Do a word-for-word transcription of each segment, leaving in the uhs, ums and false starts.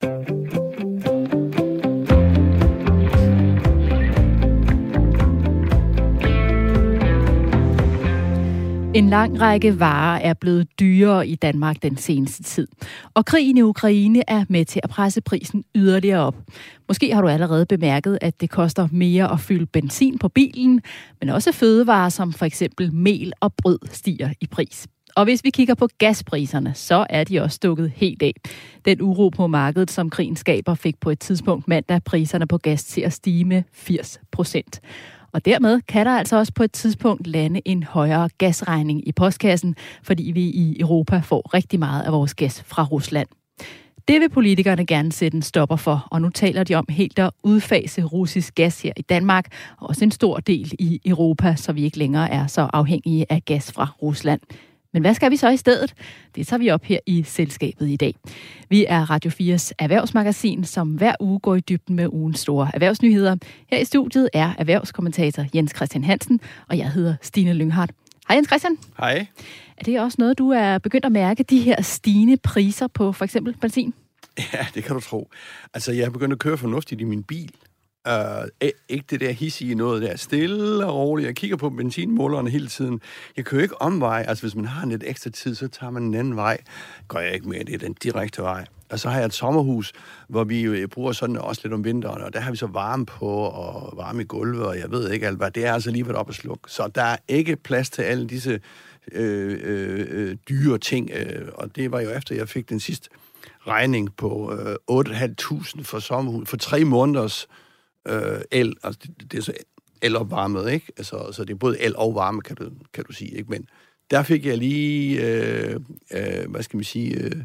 En lang række varer er blevet dyrere i Danmark den seneste tid. Og krigen i Ukraine er med til at presse prisen yderligere op. Måske har du allerede bemærket, at det koster mere at fylde benzin på bilen, men også fødevarer som for eksempel mel og brød stiger i pris. Og hvis vi kigger på gaspriserne, så er de også stukket helt af. Den uro på markedet, som krigen skaber, fik på et tidspunkt mandag priserne på gas til at stige med firs procent. Og dermed kan der altså også på et tidspunkt lande en højere gasregning i postkassen, fordi vi i Europa får rigtig meget af vores gas fra Rusland. Det vil politikerne gerne sætte en stopper for, og nu taler de om helt at udfase russisk gas her i Danmark, og også en stor del i Europa, så vi ikke længere er så afhængige af gas fra Rusland. Men hvad skal vi så i stedet? Det tager vi op her i Selskabet i dag. Vi er Radio fires erhvervsmagasin, som hver uge går i dybden med ugens store erhvervsnyheder. Her i studiet er erhvervskommentator Jens Christian Hansen, og jeg hedder Stine Lynghardt. Hej Jens Christian. Hej. Er det også noget, du er begyndt at mærke, de her stigende priser på for eksempel benzin? Ja, det kan du tro. Altså, jeg er begyndt at køre fornuftigt i min bil. Uh, ikke det der hissige noget der, stille og roligt. Jeg kigger på benzinmålerne hele tiden. Jeg kører ikke omvej. Altså, hvis man har lidt ekstra tid, så tager man en anden vej. Går jeg ikke mere, det er den direkte vej. Og så har jeg et sommerhus, hvor vi jo bruger sådan også lidt om vinteren, og der har vi så varme på, og varme i gulvet, og jeg ved ikke alt hvad. Det er altså lige været op at slukke. Så der er ikke plads til alle disse øh, øh, øh, dyre ting. Øh, og det var jo efter, jeg fik den sidste regning på øh, otte tusind fem hundrede for sommerhus, for tre måneders Øh, el, altså det, det er så elopvarmet, ikke? Altså, så det er både el og varme, kan du, kan du sige, ikke? Men der fik jeg lige, øh, øh, hvad skal man sige, øh,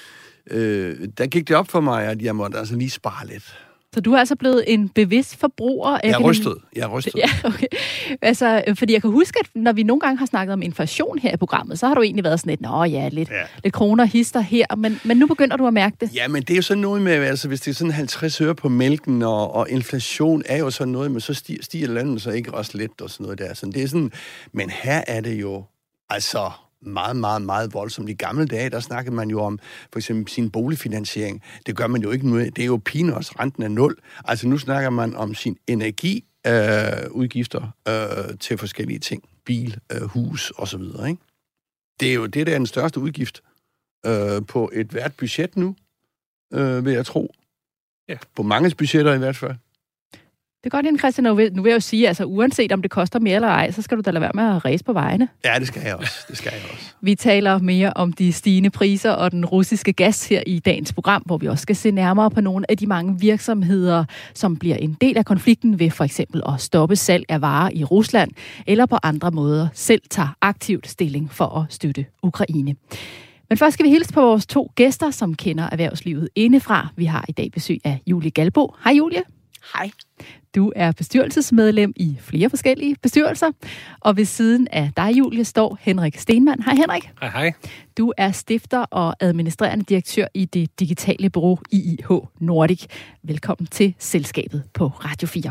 øh, der gik det op for mig, at jeg måtte altså lige spare lidt. Så du er altså blevet en bevidst forbruger? Jeg er rystet. Jeg er rystet. Ja, okay. Altså, fordi jeg kan huske, at når vi nogle gange har snakket om inflation her i programmet, så har du egentlig været sådan lidt, nå ja, lidt, ja. lidt kroner hister her, men, men nu begynder du at mærke det. Ja, men det er jo sådan noget med, altså hvis det er sådan halvtreds øre på mælken, og, og inflation er jo sådan noget, men så stiger, stiger landet så ikke også lidt og sådan noget der. Så det er sådan, men her er det jo, altså meget, meget, meget voldsomt. I gamle dage, der snakkede man jo om for eksempel sin boligfinansiering. Det gør man jo ikke nu. Det er jo peanuts, renten er nul. Altså nu snakker man om sin energiudgifter øh, øh, til forskellige ting. Bil, øh, hus og så videre, ikke? Det er jo det, der er den største udgift øh, på et hvert budget nu, øh, vil jeg tro. Ja. På mange budgetter i hvert fald. Det er godt, Jens Christian. Nu vil, nu vil jeg jo sige, altså uanset om det koster mere eller ej, så skal du da lade være med at ræse på vejene. Ja, det skal jeg også. Det skal jeg også. Vi taler mere om de stigende priser og den russiske gas her i dagens program, hvor vi også skal se nærmere på nogle af de mange virksomheder, som bliver en del af konflikten ved for eksempel at stoppe salg af varer i Rusland, eller på andre måder selv tager aktivt stilling for at støtte Ukraine. Men først skal vi hilse på vores to gæster, som kender erhvervslivet indefra. Vi har i dag besøg af Julie Galbo. Hej Julie. Hej. Du er bestyrelsesmedlem i flere forskellige bestyrelser, og ved siden af dig, Julie, står Henrik Stenmann. Hej Henrik. Hej hej. Du er stifter og administrerende direktør i det digitale bureau I I H Nordic. Velkommen til Selskabet på Radio fire.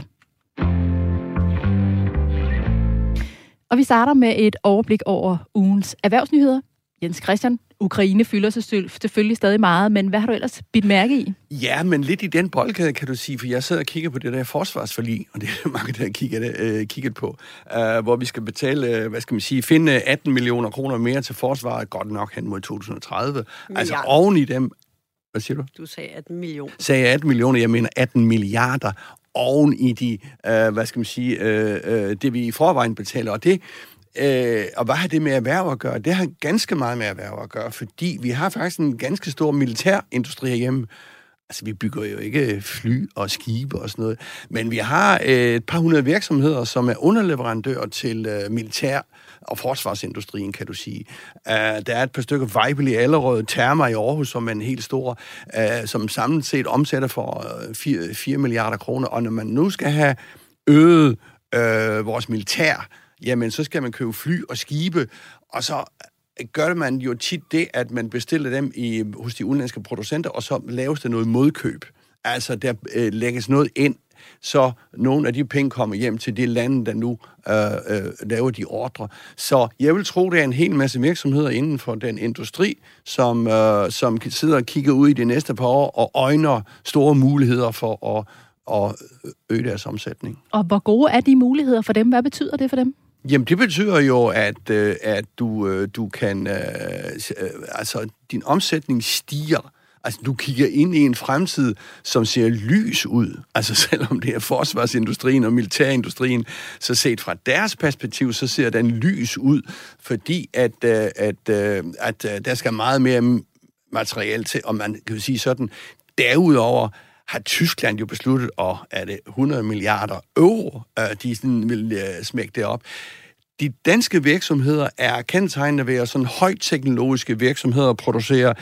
Og vi starter med et overblik over ugens erhvervsnyheder. Jens Christian, Ukraine fylder sig selvfølgelig stadig meget, men hvad har du ellers bidt mærke i? Ja, men lidt i den boldgade, kan du sige, for jeg sidder og kigger på det der forsvarsforlig, og det er mange, der har kigget, øh, kigget på, øh, hvor vi skal betale, øh, hvad skal man sige, finde atten millioner kroner mere til forsvaret, godt nok hen mod to tusind og tredive. Milliard. Altså oven i dem... Hvad siger du? Du sagde atten millioner. Sagde atten millioner, jeg mener atten milliarder oven i de, øh, hvad skal man sige, øh, øh, det vi i forvejen betaler, og det... Øh, og hvad har det med erhverv at gøre? Det har ganske meget med erhverv at gøre, fordi vi har faktisk en ganske stor militærindustri herhjemme. Altså, vi bygger jo ikke fly og skibe og sådan noget, men vi har øh, et par hundrede virksomheder, som er underleverandører til øh, militær- og forsvarsindustrien, kan du sige. Uh, der er et par stykker Weibel i Allerød, Therma i Aarhus, som er en helt stor, uh, som samlet set omsætter for uh, fire milliarder kroner, og når man nu skal have øget uh, vores militær, jamen, så skal man købe fly og skibe, og så gør man jo tit det, at man bestiller dem i, hos de udenlandske producenter, og så laves der noget modkøb. Altså, der øh, lægges noget ind så nogle af de penge kommer hjem til det land, der nu øh, øh, laver de ordre. Så jeg vil tro, det er en hel masse virksomheder inden for den industri, som, øh, som sidder og kigger ud i de næste par år og øjner store muligheder for at, at øge deres omsætning. Og hvor gode er de muligheder for dem? Hvad betyder det for dem? Jamen, det betyder jo, at, øh, at du, øh, du kan... Øh, øh, altså, din omsætning stiger. Altså, du kigger ind i en fremtid, som ser lys ud. Altså, selvom det er forsvarsindustrien og militærindustrien, så set fra deres perspektiv, så ser den lys ud, fordi at, øh, at, øh, at øh, der skal meget mere materiale til, og man kan jo sige sådan, derudover har Tyskland jo besluttet, at er det hundrede milliarder euro, de sådan vil smække det op. De danske virksomheder er kendetegnet ved at sådan højteknologiske virksomheder producerer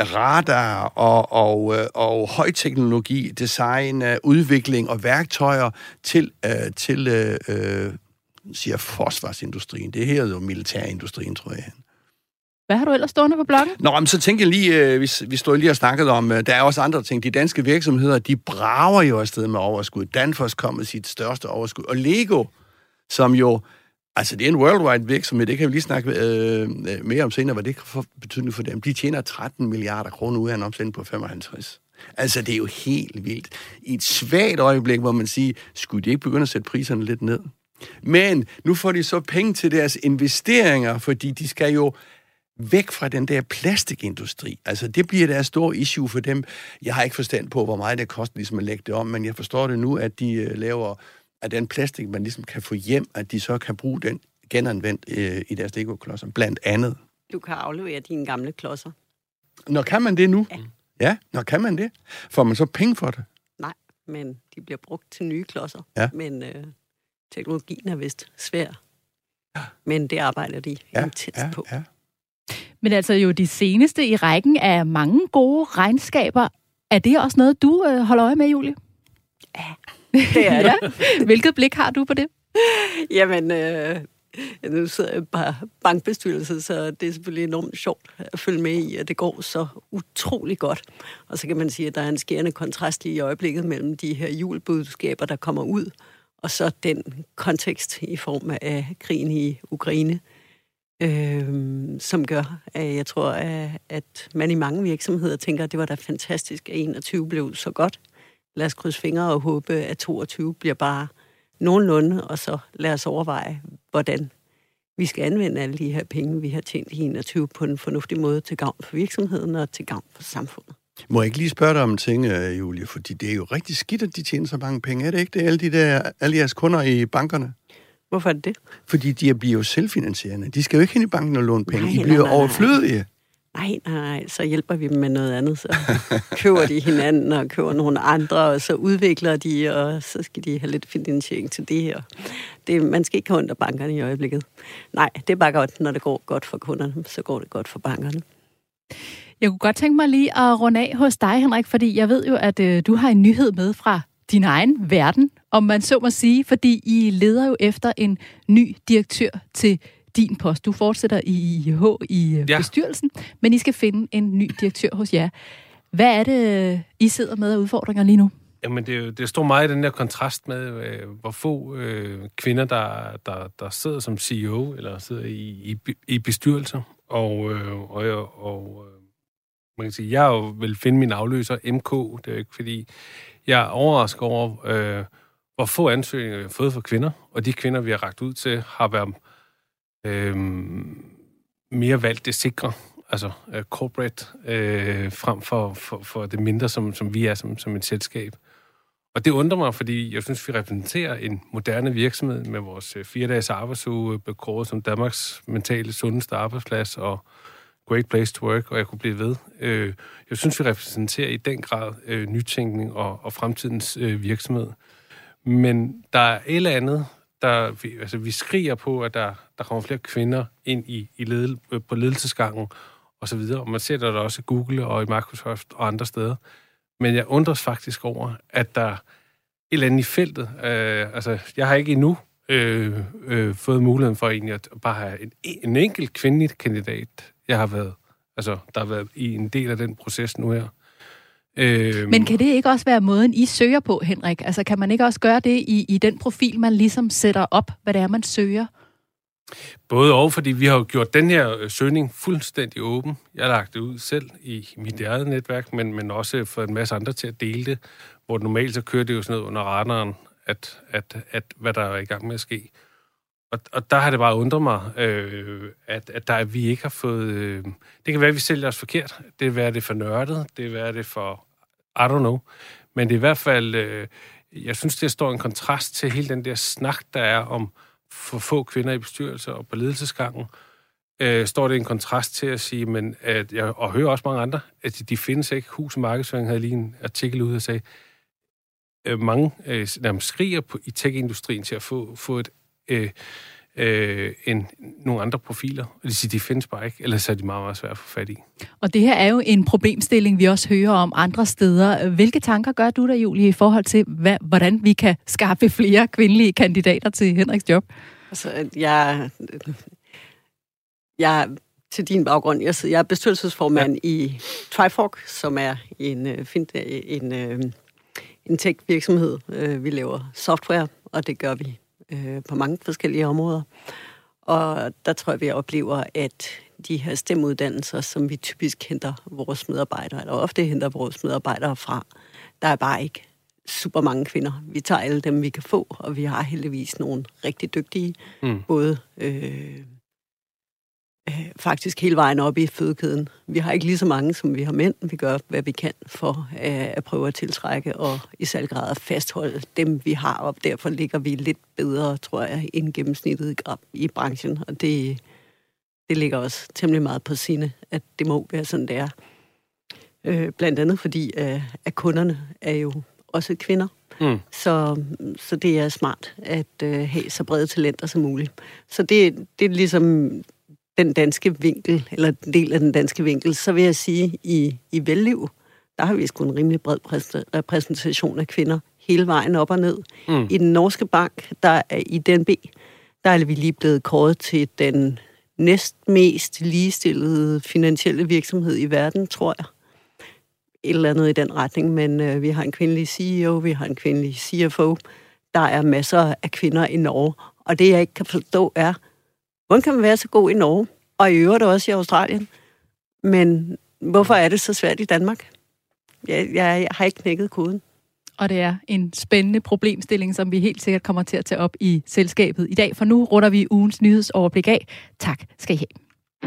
radar og, og, og højteknologi, design, udvikling og værktøjer til, uh, til uh, siger forsvarsindustrien. Det her er jo militærindustrien, tror jeg. Hvad har du ellers stående på bloggen? Nå, men så tænker jeg lige, vi, vi står lige og snakket om, der er også andre ting. De danske virksomheder, de brager jo afsted med overskud. Danfoss kom med sit største overskud. Og Lego, som jo, altså det er en worldwide virksomhed, det kan vi lige snakke øh, mere om senere, hvad det får betydning for dem. De tjener tretten milliarder kroner ud af en omsætning på femoghalvtreds. Altså det er jo helt vildt. I et svagt øjeblik, hvor man siger, skulle de ikke begynde at sætte priserne lidt ned? Men nu får de så penge til deres investeringer, fordi de skal jo væk fra den der plastikindustri. Altså, det bliver deres store issue for dem. Jeg har ikke forstand på, hvor meget det koster ligesom at lægge det om, men jeg forstår det nu, at de uh, laver af den plastik, man ligesom kan få hjem, at de så kan bruge den genanvendt uh, i deres Lego-klodser, blandt andet. Du kan aflevere dine gamle klodser. Nå, kan man det nu? Ja. Ja, nå, kan man det? Får man så penge for det? Nej, men de bliver brugt til nye klodser. Ja. Men øh, teknologien er vist svær. Ja. Men det arbejder de ja, intenst ja, på. Ja. Men altså jo de seneste i rækken af mange gode regnskaber. Er det også noget, du øh, holder øje med, Julie? Ja, det er det. Ja. Hvilket blik har du på det? Jamen, øh, nu sidder jeg bare bankbestyrelse, så det er selvfølgelig enormt sjovt at følge med i, at det går så utrolig godt. Og så kan man sige, at der er en skærende kontrast lige i øjeblikket mellem de her julebudskaber, der kommer ud, og så den kontekst i form af krigen i Ukraine, Øh, som gør, at jeg tror, at man i mange virksomheder tænker, at det var da fantastisk, at enogtyve blev så godt. Lad os krydse fingre og håbe, at toogtyve bliver bare nogenlunde, og så lad os overveje, hvordan vi skal anvende alle de her penge, vi har tjent i enogtyve på en fornuftig måde til gavn for virksomheden og til gavn for samfundet. Må jeg ikke lige spørge dig om en ting, Julie? Fordi det er jo rigtig skidt, at de tjener så mange penge. Er det ikke det, alle de der, alle jeres kunder i bankerne? Hvorfor er det det? Fordi de bliver jo selvfinansierende. De skal jo ikke hen i banken og låne penge. Nej, de bliver nej, nej, overflødige. Nej, nej, nej. Så hjælper vi dem med noget andet. Så køber de hinanden og køber nogle andre, og så udvikler de, og så skal de have lidt finansiering til det her. Det, man skal ikke have ondt af bankerne i øjeblikket. Nej, det er bare godt, når det går godt for kunderne, så går det godt for bankerne. Jeg kunne godt tænke mig lige at runde af hos dig, Henrik, fordi jeg ved jo, at øh, du har en nyhed med fra din egen verden, om man så må sige, fordi I leder jo efter en ny direktør til din post. Du fortsætter i I H i ja. bestyrelsen, men I skal finde en ny direktør hos jer. Hvad er det, I sidder med af udfordringer lige nu? Jamen, det, det står meget i den der kontrast med, øh, hvor få øh, kvinder, der, der, der sidder som C E O, eller sidder i, i, i bestyrelser. Og, øh, og, og man kan sige, jeg vil finde min afløser, M K. Det er jo ikke, fordi jeg er overrasket over, øh, hvor få ansøgninger vi har fået for kvinder, og de kvinder, vi har rakt ud til, har været øh, mere valgt det sikre, altså uh, corporate, øh, frem for, for, for det mindre, som, som vi er som, som et selskab. Og det undrer mig, fordi jeg synes, vi repræsenterer en moderne virksomhed med vores fire-dages arbejdsuge, bekåret som Danmarks mentale sundeste arbejdsplads og great place to work, og jeg kunne blive ved. Øh, jeg synes, vi repræsenterer i den grad øh, nytænkning og, og fremtidens øh, virksomhed. Men der er et eller andet, der, vi, altså vi skriger på, at der, der kommer flere kvinder ind i, i ledel, på ledelsesgangen og så videre. Og man ser der også i Google og i Microsoft og andre steder. Men jeg undres faktisk over, at der er et eller andet i feltet. Øh, altså, jeg har ikke endnu øh, øh, fået muligheden for egentlig at bare have en, en enkelt kvindelig kandidat. Jeg har været, altså, der har været i en del af den proces nu her. Øh, Men kan det ikke også være måden, I søger på, Henrik? Altså kan man ikke også gøre det i, i den profil, man ligesom sætter op, hvad det er, man søger? Både og, fordi vi har jo gjort den her søgning fuldstændig åben. Jeg har lagt det ud selv i mit eget netværk, men, men også for en masse andre til at dele det, hvor normalt så kører det jo sådan noget under radaren, at, at, at hvad der er i gang med at ske. Og, og der har det bare undret mig, øh, at, at der, vi ikke har fået... Øh, det kan være, at vi sælger os forkert. Det kan være, det er for nørdet. Det kan være, det er for... I don't know. Men det er i hvert fald... Øh, jeg synes, det står en kontrast til hele den der snak, der er om for få kvinder i bestyrelser og på ledelsesgangen. Øh, står det en kontrast til at sige, men at jeg og hører også mange andre, at de findes ikke. Hus og Markedsføring havde lige en artikel ude og sagde, øh, mange øh, nærmest skriger på, i tech-industrien til at få, få et Øh, øh, end nogle andre profiler. Og de siger, de findes bare ikke, ellers er de meget, meget svært at få fat i. Og det her er jo en problemstilling, vi også hører om andre steder. Hvilke tanker gør du der, Julie, i forhold til, hvad, hvordan vi kan skaffe flere kvindelige kandidater til Henriks job? Altså, jeg... Jeg til din baggrund, jeg, jeg er bestyrelsesformand ja. i Trifork, som er en, en, en, en tech-virksomhed. Vi laver software, og det gør vi på mange forskellige områder. Og der tror jeg, vi oplever, at de her stemmeuddannelser, som vi typisk henter vores medarbejdere, eller ofte henter vores medarbejdere fra, der er bare ikke super mange kvinder. Vi tager alle dem, vi kan få, og vi har heldigvis nogle rigtig dygtige, mm. både øh, øh, faktisk hele vejen op i fødekæden. Vi har ikke lige så mange, som vi har mænd. Vi gør, hvad vi kan for øh, at prøve at tiltrække og i særlig grad at fastholde dem, vi har, og derfor ligger vi lidt bedre, tror jeg, end gennemsnittet i branchen, og det, det ligger også temmelig meget på sinde, at det må være sådan, det er. Øh, blandt andet fordi, øh, at kunderne er jo også kvinder, mm. så, så det er smart at øh, have så brede talenter som muligt. Så det, det er ligesom den danske vinkel, eller en del af den danske vinkel. Så vil jeg sige, i, i Velliv, der har vi sgu en rimelig bred repræsentation af kvinder hele vejen op og ned. Mm. I den norske bank, der er i D N B, der er vi lige blevet kåret til den næstmest ligestillede finansielle virksomhed i verden, tror jeg. Et eller andet i den retning, men øh, vi har en kvindelig C E O, vi har en kvindelig C F O. Der er masser af kvinder i Norge, og det jeg ikke kan forstå er, hvordan kan man være så god i Norge, og i øvrigt også i Australien, men hvorfor er det så svært i Danmark? Jeg, jeg, jeg har ikke knækket koden. Og det er en spændende problemstilling, som vi helt sikkert kommer til at tage op i selskabet i dag, for nu runder vi ugens nyhedsoverblik af. Tak skal I have.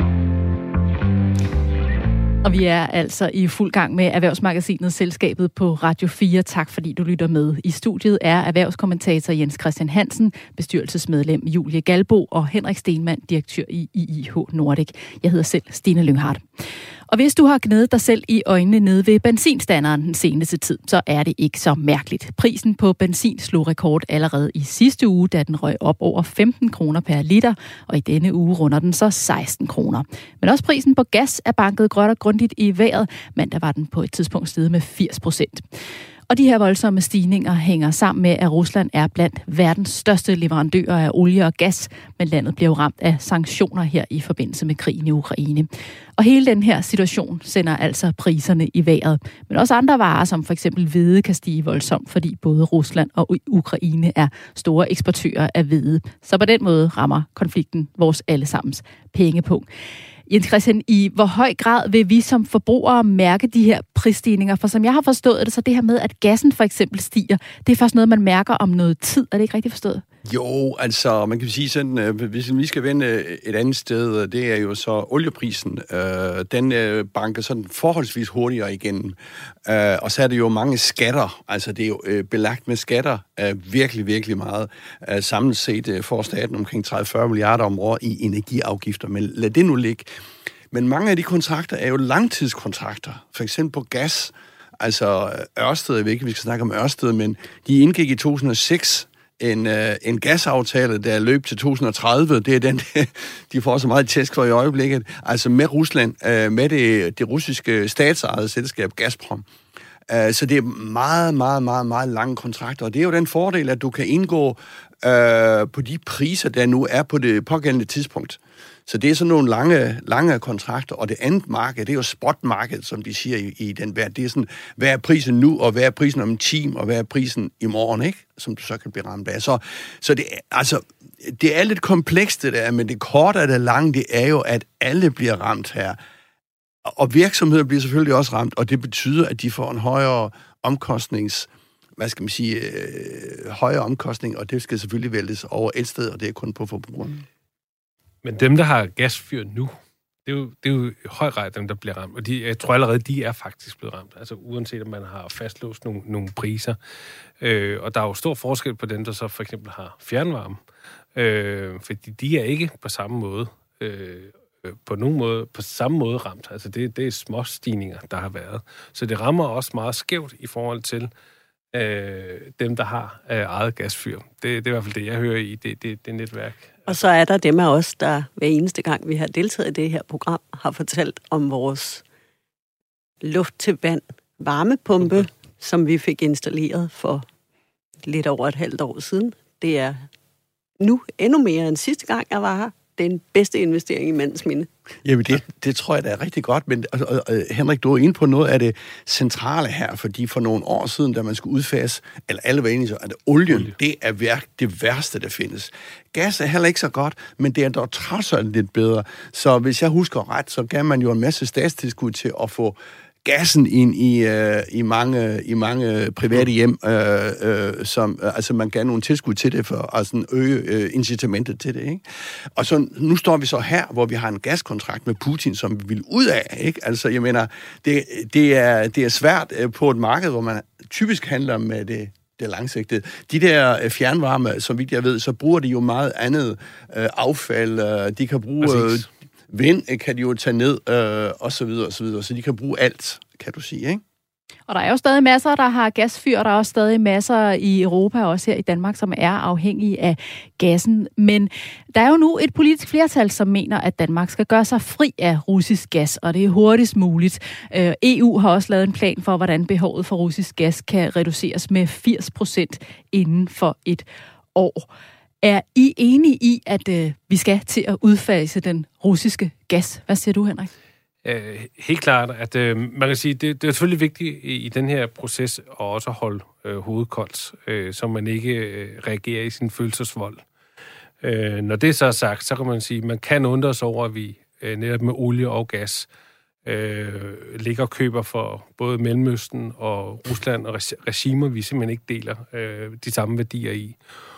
Og vi er altså i fuld gang med Erhvervsmagasinet Selskabet på Radio fire. Tak fordi du lytter med. I studiet er erhvervskommentator Jens Christian Hansen, bestyrelsesmedlem Julie Galbo og Henrik Stenmann, direktør i I I H Nordic. Jeg hedder selv Stine Lynghardt. Og hvis du har gnedet dig selv i øjnene nede ved benzinstanderen den seneste tid, så er det ikke så mærkeligt. Prisen på benzin slog rekord allerede i sidste uge, da den røg op over femten kroner per liter, og i denne uge runder den så seksten kroner. Men også prisen på gas er banket godt og grundigt i vejret. Mandag var den på et tidspunkt steget med firs procent. Og de her voldsomme stigninger hænger sammen med, at Rusland er blandt verdens største leverandører af olie og gas, men landet bliver jo ramt af sanktioner her i forbindelse med krigen i Ukraine. Og hele den her situation sender altså priserne i vejret. Men også andre varer, som for eksempel hvede, kan stige voldsomt, fordi både Rusland og Ukraine er store eksportører af hvede. Så på den måde rammer konflikten vores allesammens pengepunkt. Jens Christian, i hvor høj grad vil vi som forbrugere mærke de her prisstigninger? For som jeg har forstået det, så det her med, at gassen for eksempel stiger, det er først noget, man mærker om noget tid. Er det ikke rigtigt forstået? Jo, altså man kan sige sådan, hvis vi skal vende et andet sted, det er jo så olieprisen. Den banker sådan forholdsvis hurtigere igennem. Og så er det jo mange skatter, altså det er jo belagt med skatter virkelig, virkelig meget. Samlet set får staten omkring tredive til fyrre milliarder om året i energiafgifter, men lad det nu ligge. Men mange af de kontrakter er jo langtidskontrakter, for eksempel på gas. Altså Ørsted, jeg ved ikke, vi skal snakke om Ørsted, men de indgik i to tusind og seks En, øh, en gasaftale, der løb til to tusind og tredive, det er den, de får så meget tæsk for i øjeblikket, altså med Rusland, øh, med det, det russiske statsejede selskab Gazprom. Øh, så det er meget, meget, meget, meget lange kontrakter, og det er jo den fordel, at du kan indgå øh, på de priser, der nu er på det pågældende tidspunkt. Så det er sådan nogle lange, lange kontrakter, og det andet marked, det er jo spotmarkedet, som de siger i, i den verden. Det er sådan, hvad er prisen nu, og hvad er prisen om en time, og hvad er prisen i morgen, ikke? Som du så kan blive ramt af. Så, så det, altså, det er lidt komplekst, det der, men det korte af det lange, det er jo, at alle bliver ramt her. Og virksomheder bliver selvfølgelig også ramt, og det betyder, at de får en højere omkostnings, hvad skal man sige, øh, højere omkostning, og det skal selvfølgelig væltes over et sted, og det er kun på forbrugerne. Men dem, der har gasfyr nu, det er jo, det er jo i høj grad dem, der bliver ramt. Og de, jeg tror allerede, de er faktisk blevet ramt. Altså uanset om man har fastlåst nogle, nogle priser. Øh, og der er jo stor forskel på dem, der så for eksempel har fjernvarme. Øh, fordi de er ikke på samme måde, øh, på nogen måde, på samme måde ramt. Altså det, det er små stigninger, der har været. Så det rammer også meget skævt i forhold til øh, dem, der har øh, eget gasfyr. Det, det er i hvert fald det, jeg hører i det, det, det netværk. Og så er der dem af os, der hver eneste gang, vi har deltaget i det her program, har fortalt om vores luft til vand varmepumpe, okay. som vi fik installeret for lidt over et halvt år siden. Det er nu endnu mere end sidste gang, jeg var her. Den bedste investering i mandens minde. Jamen, det, det tror jeg, der er rigtig godt, men og, og, og, Henrik, du er inde på noget af det centrale her, fordi for nogle år siden, da man skulle udfase, eller alle var enige, at olien, Olie. det er værk, det værste, der findes. Gas er heller ikke så godt, men det er dog trods alt lidt bedre. Så hvis jeg husker ret, så gav man jo en masse statstilskud til at få gassen ind i, øh, i, mange, i mange private hjem, øh, øh, som, øh, altså man gav nogle tilskud til det, for at altså øge øh, incitamentet til det, ikke? Og så nu står vi så her, hvor vi har en gaskontrakt med Putin, som vi vil ud af, ikke? Altså, jeg mener, det, det, er, det er svært øh, på et marked, hvor man typisk handler med det, det langsigtede. De der fjernvarme, som vidt jeg ved, så bruger de jo meget andet øh, affald. Øh, de kan bruge... Øh, vind kan de jo tage ned, øh, og så videre, og så videre. Så de kan bruge alt, kan du sige, ikke? Og der er jo stadig masser, der har gasfyr, og der er også stadig masser i Europa, og også her i Danmark, som er afhængige af gassen. Men der er jo nu et politisk flertal, som mener, at Danmark skal gøre sig fri af russisk gas, og det er hurtigst muligt. E U har også lavet en plan for, hvordan behovet for russisk gas kan reduceres med firs procent inden for et år. Er I enige i, at øh, vi skal til at udfase den russiske gas? Hvad siger du, Henrik? Øh, helt klart, at øh, man kan sige, det, det er selvfølgelig vigtigt i, i den her proces at også holde øh, hovedet koldt, øh, så man ikke øh, reagerer i sin følelsesvold. Øh, når det så er sagt, så kan man sige, at man kan undre sig over, at vi øh, netop med olie og gas øh, ligger og køber for både Mellemøsten og Rusland og regimer, vi simpelthen ikke deler øh, de samme værdier i.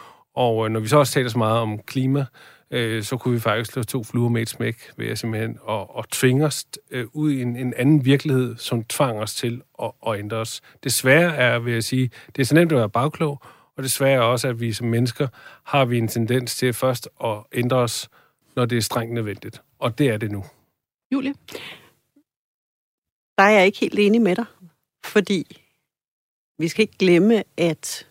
Og når vi så også taler så meget om klima, øh, så kunne vi faktisk slå to fluer med et smæk ved at simpelthen og, og tvinge os øh, ud i en, en anden virkelighed, som tvang os til at, at ændre os. Desværre er, vil jeg sige, det er så nemt at være bagklog, og desværre er også, at vi som mennesker har vi en tendens til først at ændre os, når det er strengt nødvendigt. Og det er det nu. Julie? Der er jeg ikke helt enig med dig, fordi vi skal ikke glemme, at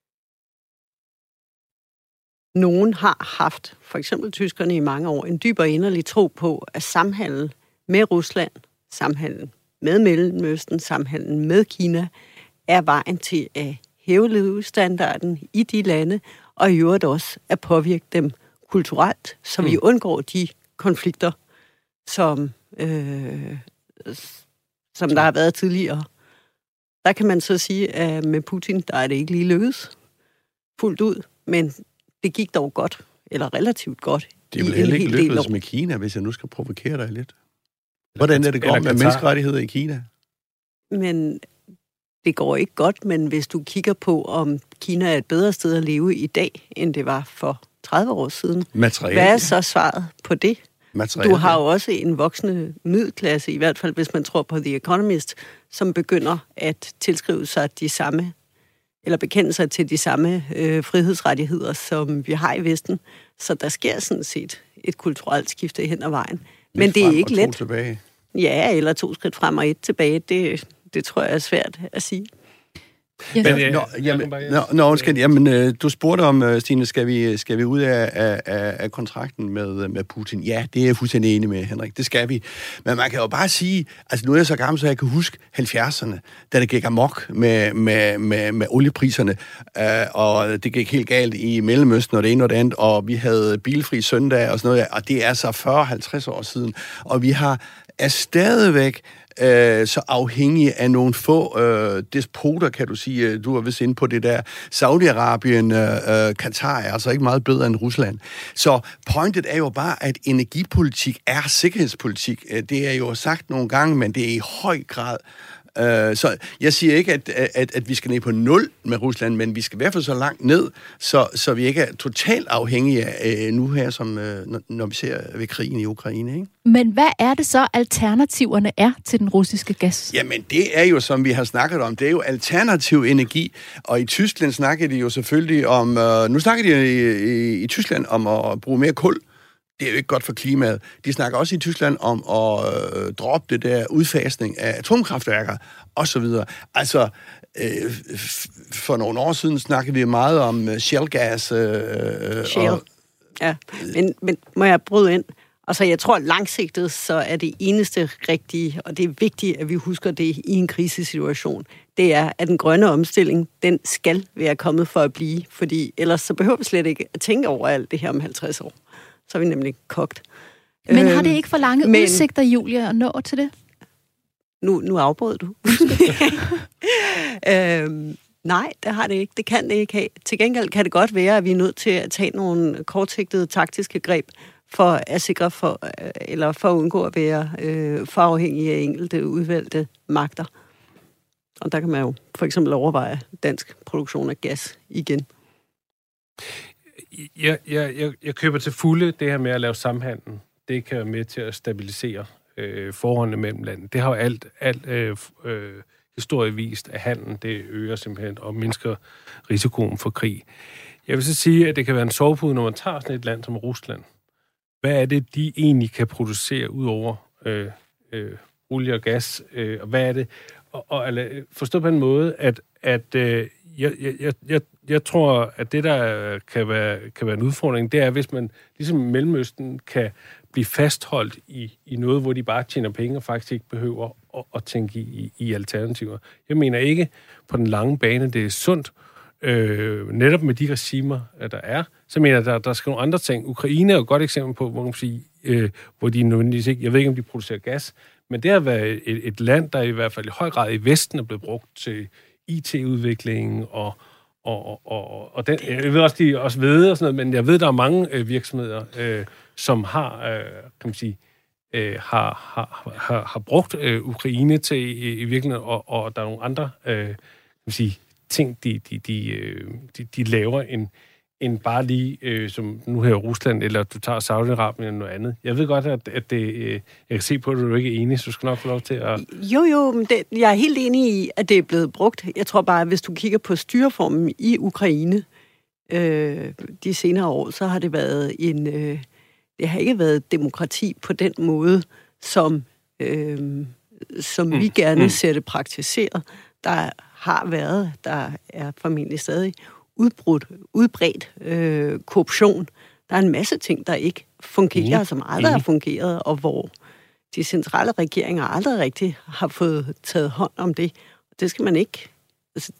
nogen har haft, for eksempel tyskerne i mange år, en dyb og inderlig tro på, at samhandel med Rusland, samhandel med Mellemøsten, samhandel med Kina, er vejen til at hæve levestandarden i de lande, og i øvrigt også at påvirke dem kulturelt, så vi mm. undgår de konflikter, som, øh, som der har været tidligere. Der kan man så sige, at med Putin, der er det ikke lige lykkedes fuldt ud, men det gik dog godt, eller relativt godt. Det er vel heller ikke lykkedes med Kina, hvis jeg nu skal provokere dig lidt. Hvordan er det går med menneskerettigheder i Kina? Men det går ikke godt, men hvis du kigger på, om Kina er et bedre sted at leve i dag, end det var for tredive år siden. Materiale. Hvad er så svaret på det? Materiale. Du har jo også en voksende middelklasse, i hvert fald hvis man tror på The Economist, som begynder at tilskrive sig de samme eller bekende sig til de samme øh, frihedsrettigheder, som vi har i Vesten. Så der sker sådan set et kulturelt skifte hen ad vejen. Men Lidt det er ikke let. Tilbage. Ja, eller to skridt frem og et tilbage. Det, det tror jeg er svært at sige. Yes. Men, øh, nå, jamen, nå, nå, skal, jamen, øh, du spurgte om, Stine, skal vi, skal vi ud af, af, af kontrakten med, med Putin? Ja, det er jeg fuldstændig enig med, Henrik. Det skal vi. Men man kan jo bare sige, altså nu er jeg så gammel, så jeg kan huske halvfjerdserne, da det gik amok med, med, med, med oliepriserne, øh, og det gik helt galt i Mellemøsten og det ene og det andet, og vi havde bilfri søndag og sådan noget, og det er så fyrre til halvtreds år siden, og vi har er stadigvæk øh, så afhængige af nogle få øh, despoter, kan du sige. Du er vist inde på det der. Saudi-Arabien, øh, Katar er altså ikke meget bedre end Rusland. Så pointet er jo bare, at energipolitik er sikkerhedspolitik. Det er jo sagt nogle gange, men det er i høj grad. Øh, så jeg siger ikke, at, at, at vi skal ned på nul med Rusland, men vi skal i hvert fald så langt ned, så, så vi ikke er totalt afhængige af nu her, som, når, når vi ser ved krigen i Ukraine. Ikke? Men hvad er det så, alternativerne er til den russiske gas? Jamen, det er jo, som vi har snakket om, det er jo alternativ energi, og i Tyskland snakker de jo selvfølgelig om, øh, nu snakker de i, i, i Tyskland om at bruge mere kul. Det er jo ikke godt for klimaet. De snakker også i Tyskland om at øh, droppe det der udfasning af atomkraftværker, osv. Altså, øh, f- for nogle år siden snakkede vi meget om shellgas. Øh, Shell. Og, ja, men, men må jeg bryde ind? Altså, jeg tror, langsigtet, så er det eneste rigtige, og det er vigtigt, at vi husker det i en krisesituation, det er, at den grønne omstilling, den skal være kommet for at blive, fordi ellers så behøver vi slet ikke at tænke over alt det her om halvtreds år. Så er vi nemlig kogt. Men har det ikke for lange men, udsigter, Julie, at nå til det? Nu, nu afbrød du. øhm, nej, det har det ikke. Det kan det ikke have. Til gengæld kan det godt være, at vi er nødt til at tage nogle kortsigtede taktiske greb for at sikre for, eller for at undgå at være øh, for afhængige af enkelte udvalgte magter. Og der kan man jo for eksempel overveje dansk produktion af gas igen. Jeg, jeg, jeg, jeg køber til fulde det her med at lave samhandel. Det kan være med til at stabilisere øh, forholdene mellem landene. Det har jo alt, alt øh, øh, historie vist, at handlen det øger simpelthen og mindsker risikoen for krig. Jeg vil så sige, at det kan være en sovepude, når man tager sådan et land som Rusland. Hvad er det, de egentlig kan producere ud over øh, øh, olie og gas? Øh, og hvad er det? Og, og eller, forstå på en måde, at, at øh, jeg, jeg, jeg, jeg tror, at det, der kan være, kan være en udfordring, det er, hvis man ligesom Mellemøsten kan blive fastholdt i, i noget, hvor de bare tjener penge og faktisk ikke behøver at, at tænke i, i alternativer. Jeg mener ikke på den lange bane, det er sundt, øh, netop med de regimer, der er. Så mener jeg, der, der skal nogle andre ting. Ukraine er jo et godt eksempel på, hvor, man sige, øh, hvor de nødvendigvis ikke, jeg ved ikke, om de producerer gas, men det har været et, et land, der i hvert fald i høj grad i Vesten er blevet brugt til I T-udvikling og Og, og, og, og den, jeg ved også, de også ved og sådan noget, men jeg ved, der er mange øh, virksomheder, øh, som har, øh, kan man sige, øh, har, har, har, har brugt øh, Ukraine til i, i virkeligheden, og, og der er nogle andre øh, kan man sige, ting, de, de, de, de, de laver end, end bare lige, øh, som nu her Rusland, eller du tager Saudi-Arabien eller noget andet. Jeg ved godt, at, at det, øh, jeg kan se på, at du ikke er enig, så du skal nok få lov til at... Jo, jo, men det, jeg er helt enig i, at det er blevet brugt. Jeg tror bare, at hvis du kigger på styreformen i Ukraine øh, de senere år, så har det været en... Øh, det har ikke været demokrati på den måde, som, øh, som mm. vi gerne mm. ser det praktiseret. Der har været, der er formentlig stadig udbrudt, udbredt øh, korruption. Der er en masse ting, der ikke fungerer, mm. som aldrig har fungeret, og hvor de centrale regeringer aldrig rigtig har fået taget hånd om det. Det skal man ikke, altså,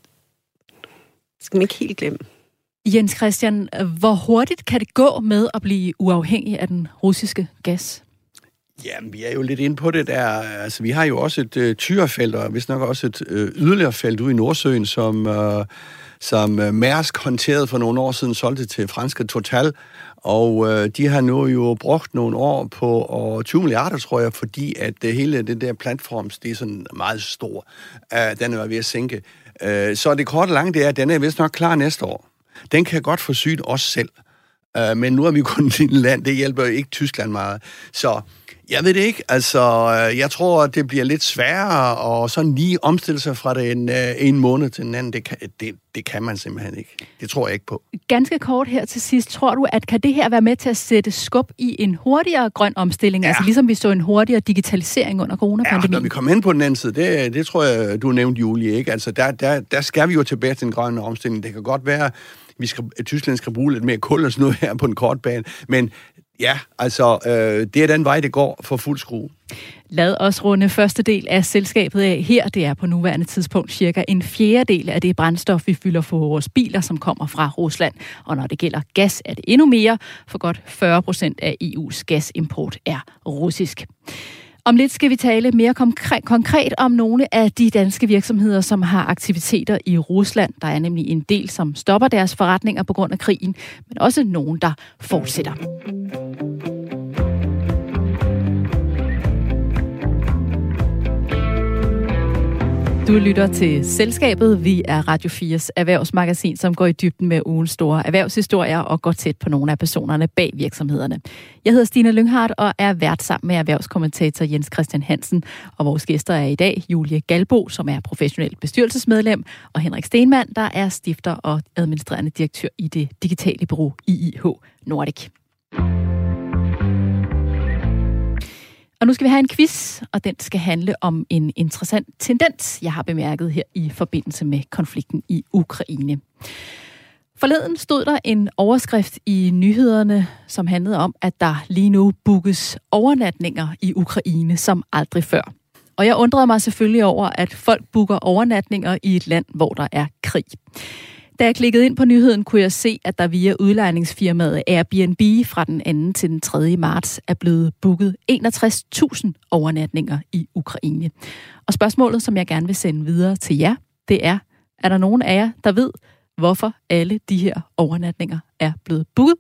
det skal man ikke helt glemme. Jens Christian, hvor hurtigt kan det gå med at blive uafhængig af den russiske gas? Jamen, vi er jo lidt inde på det der. Altså, vi har jo også et øh, Tyrefelt, og vist nok også et øh, yderligere felt ude i Nordsøen, som, øh, som øh, Mærsk håndterede for nogle år siden, solgte til franske Total. Og øh, de har nu jo brugt nogle år på og tyve milliarder, tror jeg, fordi at det hele det der platforms, det er sådan meget stor. Øh, den er ved at sænke. Øh, så det korte og lange, det er, at den er vist nok klar næste år. Den kan godt forsyne os selv. Øh, men nu er vi kun et lille land, det hjælper jo ikke Tyskland meget. Så Jeg ved det ikke. Altså, jeg tror, det bliver lidt sværere og sådan lige omstille sig fra den uh, en måned til den anden. Det kan, det, det kan man simpelthen ikke. Det tror jeg ikke på. Ganske kort her til sidst. Tror du, at kan det her være med til at sætte skub i en hurtigere grøn omstilling? Ja. Altså ligesom vi så en hurtigere digitalisering under coronapandemien? Ja, når vi kommer hen på den anden side, det, det tror jeg, du nævnte, Julie, ikke? Altså, der, der, der skal vi jo tilbage til den grønne omstilling. Det kan godt være, vi skal, at Tyskland skal bruge lidt mere kul og sådan noget her på en kort bane, men ja, altså, øh, det er den vej, det går for fuld skrue. Lad os runde første del af selskabet af her. Det er på nuværende tidspunkt cirka en fjerdedel af det brændstof, vi fylder for vores biler, som kommer fra Rusland. Og når det gælder gas, er det endnu mere, for godt fyrre procent af E U's gasimport er russisk. Om lidt skal vi tale mere konkret, konkret om nogle af de danske virksomheder, som har aktiviteter i Rusland. Der er nemlig en del, som stopper deres forretninger på grund af krigen, men også nogen, der fortsætter. Du lytter til Selskabet. Vi er Radio fires erhvervsmagasin, som går i dybden med ugens store erhvervshistorier og går tæt på nogle af personerne bag virksomhederne. Jeg hedder Stine Lynghardt og er vært sammen med erhvervskommentator Jens Christian Hansen. Og vores gæster er i dag Julie Galbo, som er professionel bestyrelsesmedlem, og Henrik Stenmann, der er stifter og administrerende direktør i det digitale bureau I I H Nordic. Og nu skal vi have en quiz, og den skal handle om en interessant tendens, jeg har bemærket her i forbindelse med konflikten i Ukraine. Forleden stod der en overskrift i nyhederne, som handlede om, at der lige nu bookes overnatninger i Ukraine som aldrig før. Og jeg undrede mig selvfølgelig over, at folk booker overnatninger i et land, hvor der er krig. Da jeg klikkede ind på nyheden, kunne jeg se, at der via udlejningsfirmaet Airbnb fra den anden til den tredje marts er blevet booket enogtres tusind overnatninger i Ukraine. Og spørgsmålet, som jeg gerne vil sende videre til jer, det er, er der nogen af jer, der ved, hvorfor alle de her overnatninger er blevet booket?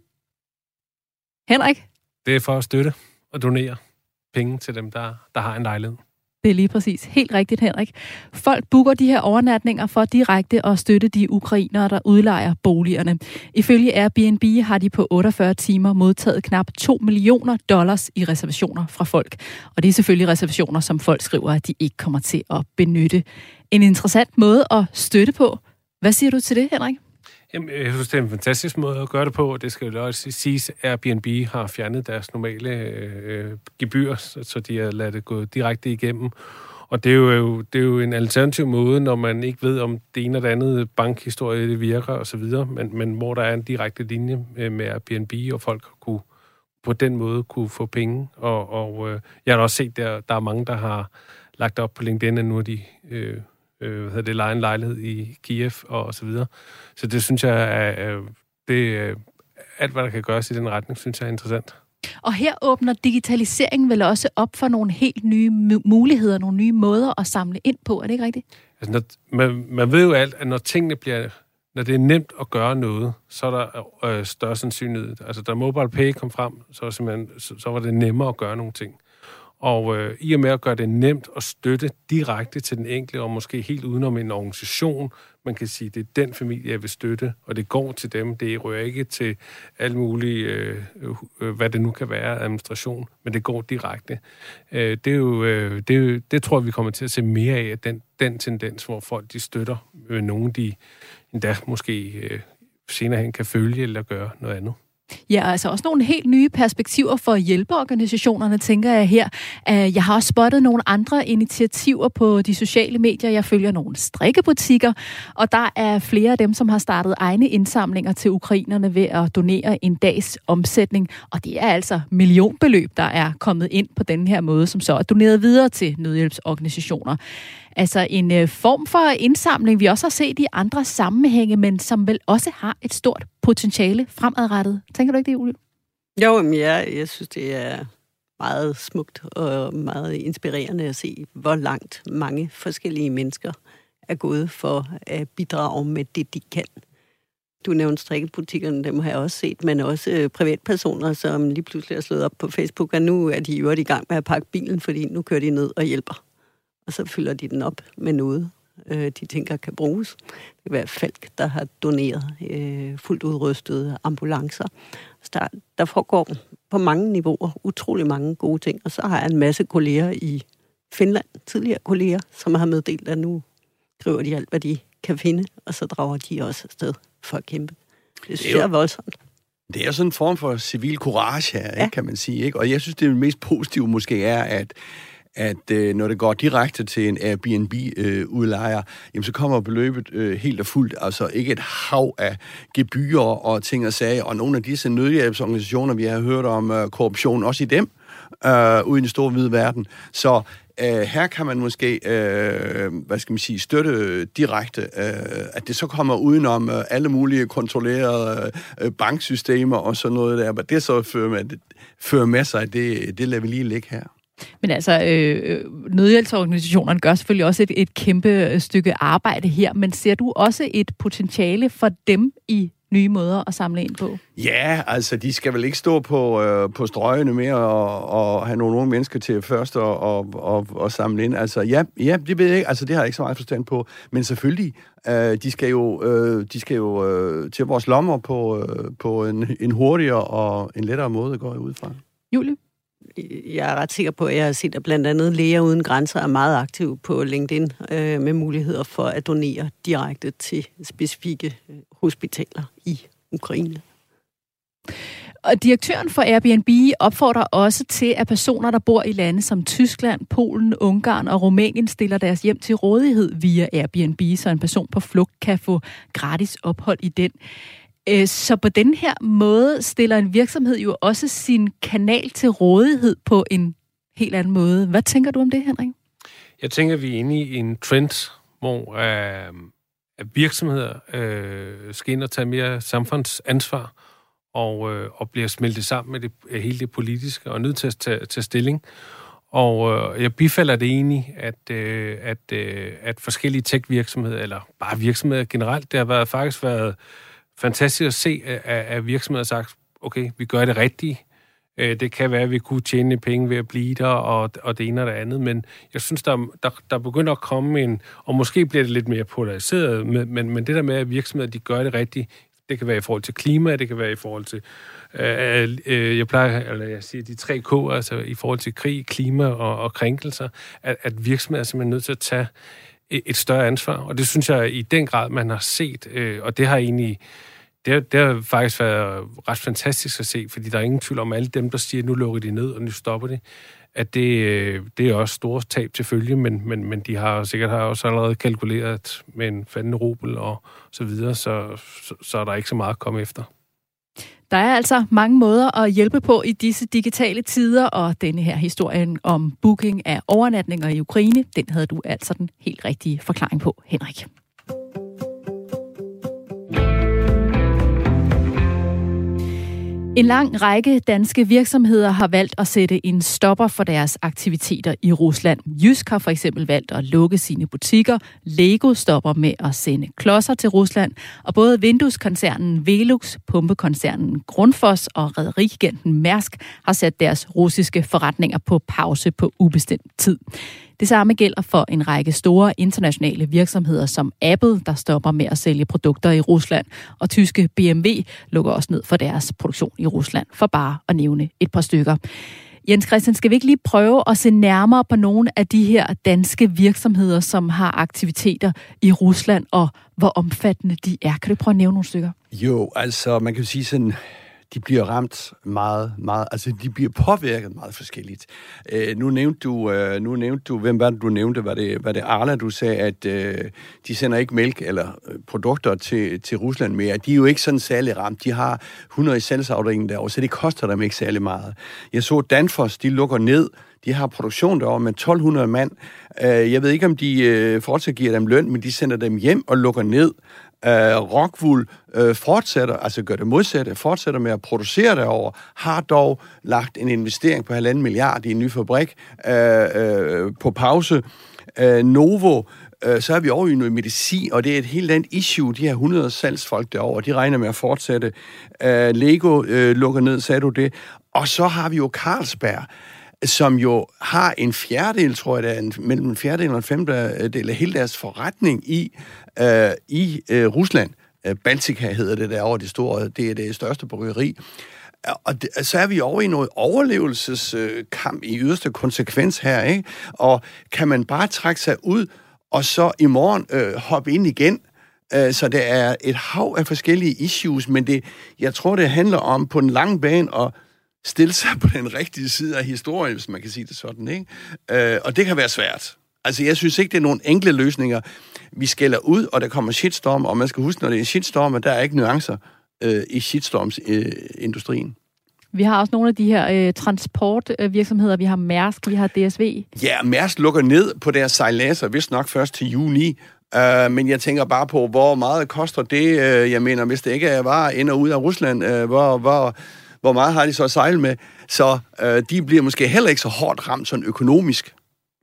Henrik? Det er for at støtte og donere penge til dem, der, der har en lejlighed. Det er lige præcis. Helt rigtigt, Henrik. Folk booker de her overnatninger for direkte at støtte de ukrainere, der udlejer boligerne. Ifølge Airbnb har de på otteogfyrre timer modtaget knap to millioner dollars i reservationer fra folk. Og det er selvfølgelig reservationer, som folk skriver, at de ikke kommer til at benytte. En interessant måde at støtte på. Hvad siger du til det, Henrik? Jamen, jeg synes, det er en fantastisk måde at gøre det på. Det skal jo også siges, at Airbnb har fjernet deres normale øh, gebyr, så de har ladet det gå direkte igennem. Og det er, jo, det er jo en alternativ måde, når man ikke ved, om det ene eller det andet bankhistorie det virker osv., men, men hvor der er en direkte linje med Airbnb, og folk kunne, på den måde kunne få penge. Og, og øh, jeg har også set, at der, der er mange, der har lagt op på LinkedIn, at nu er de... Øh, Øh, hvad hedder det, leje en lejlighed i Kiev og, og så videre. Så det synes jeg er, er det, alt hvad der kan gøres i den retning, synes jeg er interessant. Og her åbner digitaliseringen vel også op for nogle helt nye muligheder, nogle nye måder at samle ind på, er det ikke rigtigt? Altså, når, man, man ved jo alt, at når tingene bliver, når det er nemt at gøre noget, så er der øh, større sandsynlighed. Altså da MobilePay kom frem, så var, simpelthen, så, så var det nemmere at gøre nogle ting. Og øh, i og med at gøre det nemt at støtte direkte til den enkelte, og måske helt udenom en organisation, man kan sige, det er den familie, jeg vil støtte, og det går til dem. Det rører ikke til alt muligt, øh, øh, hvad det nu kan være, administration, men det går direkte. Øh, det, er jo, øh, det, er jo, det tror jeg, vi kommer til at se mere af, at den, den tendens, hvor folk de støtter øh, nogen, de endda måske øh, senere hen kan følge eller gøre noget andet. Ja, altså også nogle helt nye perspektiver for hjælpeorganisationerne, tænker jeg her. Jeg har også spottet nogle andre initiativer på de sociale medier. Jeg følger nogle strikkebutikker, og der er flere af dem, som har startet egne indsamlinger til ukrainerne ved at donere en dags omsætning. Og det er altså millionbeløb, der er kommet ind på den her måde, som så er doneret videre til nødhjælpsorganisationer. Altså en øh, form for indsamling, vi også har set i andre sammenhænge, men som vel også har et stort potentiale fremadrettet. Tænker du ikke det, Julie? Jo, men jeg, jeg synes, det er meget smukt og meget inspirerende at se, hvor langt mange forskellige mennesker er gået for at bidrage med det, de kan. Du nævnte strikkebutikkerne, dem har jeg også set, men også privatpersoner, som lige pludselig er slået op på Facebook, og nu er de jo i gang med at pakke bilen, fordi nu kører de ned og hjælper. Og så fylder de den op med noget, øh, de tænker kan bruges. Det kan være Falk, der har doneret øh, fuldt udrustede ambulancer. Så der, der foregår på mange niveauer utrolig mange gode ting. Og så har jeg en masse kolleger i Finland, tidligere kolleger, som har meddelt, at nu skriver de alt, hvad de kan finde, og så drager de også afsted for at kæmpe. Det synes jeg er voldsomt. Det er sådan en form for civil courage her, ja. Kan man sige. Ikke? Og jeg synes, det mest positive måske er, at at øh, når det går direkte til en Airbnb-udlejer, øh, jamen så kommer beløbet øh, helt og fuldt, altså ikke et hav af gebyrer og ting og sager, og nogle af disse nødhjælpsorganisationer, vi har hørt om øh, korruption, også i dem, øh, uden i stor hvide verden. Så øh, her kan man måske, øh, hvad skal man sige, støtte direkte, øh, at det så kommer udenom øh, alle mulige kontrollerede øh, banksystemer og sådan noget der, men det så fører med, det, fører med sig, det, det lader vi lige ligge her. Men altså, øh, nødhjælpsorganisationerne gør selvfølgelig også et, et kæmpe stykke arbejde her, men ser du også et potentiale for dem i nye måder at samle ind på? Ja, altså, de skal vel ikke stå på, øh, på strøgene mere og, og have nogle unge mennesker til først og, og, og, og samle ind. Altså, ja, ja, det ved jeg ikke. Altså, det har jeg ikke så meget forstand på. Men selvfølgelig, øh, de skal jo, øh, de skal jo øh, til vores lommer på, øh, på en, en hurtigere og en lettere måde, går jeg ud fra. Julie? Jeg er ret sikker på, at jeg har set, at blandt andet Læger Uden Grænser er meget aktive på LinkedIn øh, med muligheder for at donere direkte til specifikke hospitaler i Ukraine. Og direktøren for Airbnb opfordrer også til, at personer, der bor i lande som Tyskland, Polen, Ungarn og Rumænien, stiller deres hjem til rådighed via Airbnb, så en person på flugt kan få gratis ophold i den. Så på den her måde stiller en virksomhed jo også sin kanal til rådighed på en helt anden måde. Hvad tænker du om det, Henrik? Jeg tænker, at vi er inde i en trend, hvor øh, virksomheder øh, skal ind og tage mere samfundsansvar og, øh, og bliver smeltet sammen med det, hele det politiske og er nødt til at tage, tage stilling. Og øh, jeg bifalder det egentlig, at, øh, at, øh, at forskellige tech-virksomheder, eller bare virksomheder generelt, det har været, faktisk været fantastisk at se, at virksomheder har sagt, okay, vi gør det rigtige. Det kan være, at vi kunne tjene penge ved at blive der, og, og det ene og det andet, men jeg synes, der, der, der begynder at komme en, og måske bliver det lidt mere polariseret, men, men, men det der med, at virksomheder, de gør det rigtige, det kan være i forhold til klima, det kan være i forhold til, øh, øh, jeg plejer, eller jeg siger, de tre K, altså i forhold til krig, klima og, og krænkelser, at, at virksomheder er simpelthen nødt til at tage et større ansvar, og det synes jeg i den grad, man har set, øh, og det har egentlig, det har, det har faktisk været ret fantastisk at se, fordi der er ingen tvivl om, alle dem, der siger, nu lukker de ned, og nu stopper de, at det, øh, det er også store tab til følge, men, men, men de har sikkert har også allerede kalkuleret med en faldende rubel og så videre, så, så, så er der ikke så meget at komme efter. Der er altså mange måder at hjælpe på i disse digitale tider, og denne her historien om booking af overnatninger i Ukraine, den havde du altså den helt rigtige forklaring på, Henrik. En lang række danske virksomheder har valgt at sætte en stopper for deres aktiviteter i Rusland. Jysk har for eksempel valgt at lukke sine butikker. Lego stopper med at sende klodser til Rusland. Og både vindueskoncernen Velux, pumpekoncernen Grundfos og rederigiganten Mærsk har sat deres russiske forretninger på pause på ubestemt tid. Det samme gælder for en række store internationale virksomheder som Apple, der stopper med at sælge produkter i Rusland, og tyske B M W lukker også ned for deres produktion i Rusland, for bare at nævne et par stykker. Jens Christian, skal vi ikke lige prøve at se nærmere på nogle af de her danske virksomheder, som har aktiviteter i Rusland, og hvor omfattende de er? Kan du prøve at nævne nogle stykker? Jo, altså man kan jo sige sådan, de bliver ramt meget, meget, altså de bliver påvirket meget forskelligt. Øh, nu nævnte du, øh, nu nævnte du, hvem var det, du nævnte? Var det, var det Arla, du sagde, at øh, de sender ikke mælk eller øh, produkter til, til Rusland mere. De er jo ikke sådan særlig ramt. De har hundrede i salgsafdelingen derovre, så det koster dem ikke særlig meget. Jeg så Danfoss, de lukker ned. De har produktion derovre med tolv hundrede mand. Øh, jeg ved ikke, om de øh, fortsat giver dem løn, men de sender dem hjem og lukker ned. Uh, Rockwool uh, fortsætter, altså gør det modsatte, fortsætter med at producere derovre, har dog lagt en investering på halvanden milliard i en ny fabrik uh, uh, på pause. Uh, Novo, uh, så er vi over i noget medicin, og det er et helt andet issue. De her hundrede salgsfolk derovre, de regner med at fortsætte. Uh, Lego uh, lukker ned, sagde du det. Og så har vi jo Carlsberg, som jo har en fjerdedel, tror jeg, der er en, mellem en fjerdedel og en femtedel af hele deres forretning i, øh, i øh, Rusland. Baltika hedder det derovre, det store, det er det største bryggeri. Og det, så er vi over i noget overlevelseskamp i yderste konsekvens her, ikke? Og kan man bare trække sig ud, og så i morgen øh, hoppe ind igen? Øh, så det er et hav af forskellige issues, men det, jeg tror, det handler om på den lange bane at stille sig på den rigtige side af historien, hvis man kan sige det sådan, ikke? Øh, og det kan være svært. Altså, jeg synes ikke, det er nogle enkle løsninger. Vi skælder ud, og der kommer shitstorm, og man skal huske, når det er shitstorm, at der er ikke nuancer øh, i shitstorms-industrien. Øh, Vi har også nogle af de her øh, transportvirksomheder. Vi har Mærsk, vi har D S V. Ja, Mærsk lukker ned på deres sejladser, vist nok først til juni. Uh, men jeg tænker bare på, hvor meget koster det. Uh, jeg mener, hvis det ikke er varer ind og ud af Rusland, uh, hvor, hvor, hvor meget har de så sejlet med? Så uh, de bliver måske heller ikke så hårdt ramt sådan økonomisk.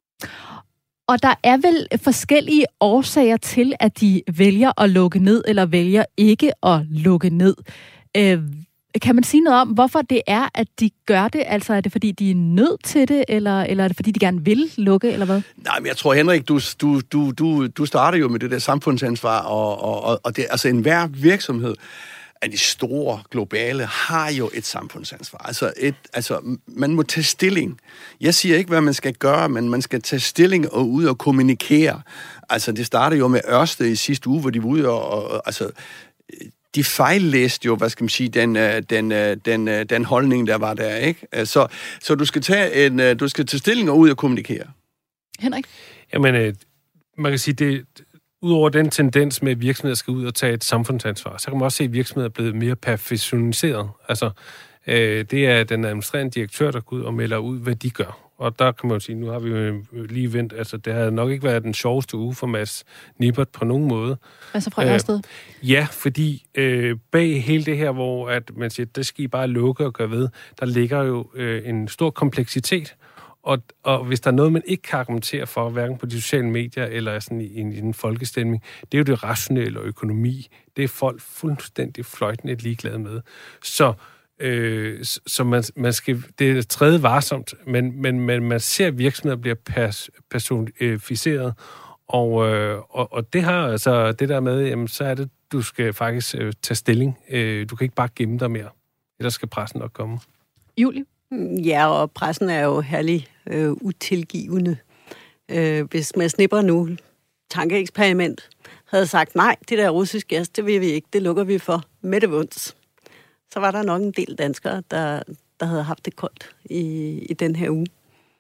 Og der er vel forskellige årsager til, at de vælger at lukke ned, eller vælger ikke at lukke ned. Uh, Kan man sige noget om, hvorfor det er, at de gør det? Altså, er det fordi, de er nødt til det, eller, eller er det fordi, de gerne vil lukke, eller hvad? Nej, men jeg tror, Henrik, du, du, du, du, du starter jo med det der samfundsansvar, og, og, og det, altså enhver virksomhed af de store globale har jo et samfundsansvar. Altså, et, altså, man må tage stilling. Jeg siger ikke, hvad man skal gøre, men man skal tage stilling og ud og kommunikere. Altså, det startede jo med Ørsted i sidste uge, hvor de var ude og, og altså... De fejllæste jo, hvad skal man sige, den, den, den, den holdning, der var der, ikke? Så, så du skal tage en, du skal tage stilling og ud og kommunikere. Henrik? Jamen, man kan sige, det udover den tendens med, at virksomheder skal ud og tage et samfundsansvar, så kan man også se, at virksomheder er blevet mere perfektioniseret. Altså, det er den administrerende direktør, der går ud og melder ud, hvad de gør. Og der kan man jo sige, nu har vi jo lige vendt, altså det har nok ikke været den sjoveste uge for Mads Nippert på nogen måde. Altså fra Ørsted? Øh, ja, fordi øh, bag hele det her, hvor at man siger, det skal I bare lukke og gøre ved, der ligger jo øh, en stor kompleksitet. Og, og hvis der er noget, man ikke kan argumentere for, hverken på de sociale medier eller sådan i, i en folkestemning, det er jo det rationelle og økonomi. Det er folk fuldstændig fløjtende ligeglade med. Så Øh, så man, man skal, det er tredje varsomt, men, men, men man ser, at virksomheder bliver pers, personificeret, og, øh, og, og det har altså det der med, jamen, så er det, du skal faktisk øh, tage stilling. Øh, du kan ikke bare gemme dig mere, ellers skal pressen nok komme. Julie? Ja, og pressen er jo herlig øh, utilgivende. Øh, hvis man snipper nu, tankeeksperiment, havde sagt, nej, det der russisk gas, det vil vi ikke, det lukker vi for med det vunds. Så var der nok en del danskere, der, der havde haft det koldt i, i den her uge.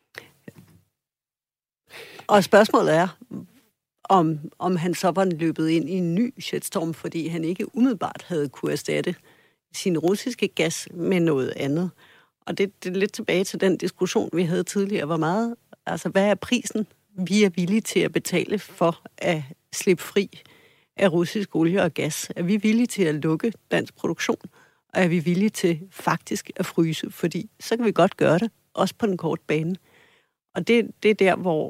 Og spørgsmålet er, om, om han så var løbet ind i en ny shitstorm, fordi han ikke umiddelbart havde kunne erstatte sin russiske gas med noget andet. Og det, det er lidt tilbage til den diskussion, vi havde tidligere. Hvor meget, altså hvad er prisen, vi er villige til at betale for at slippe fri af russisk olie og gas? Er vi villige til at lukke dansk produktion? Og er vi villige til faktisk at fryse? Fordi så kan vi godt gøre det, også på den korte bane. Og det, det er der, hvor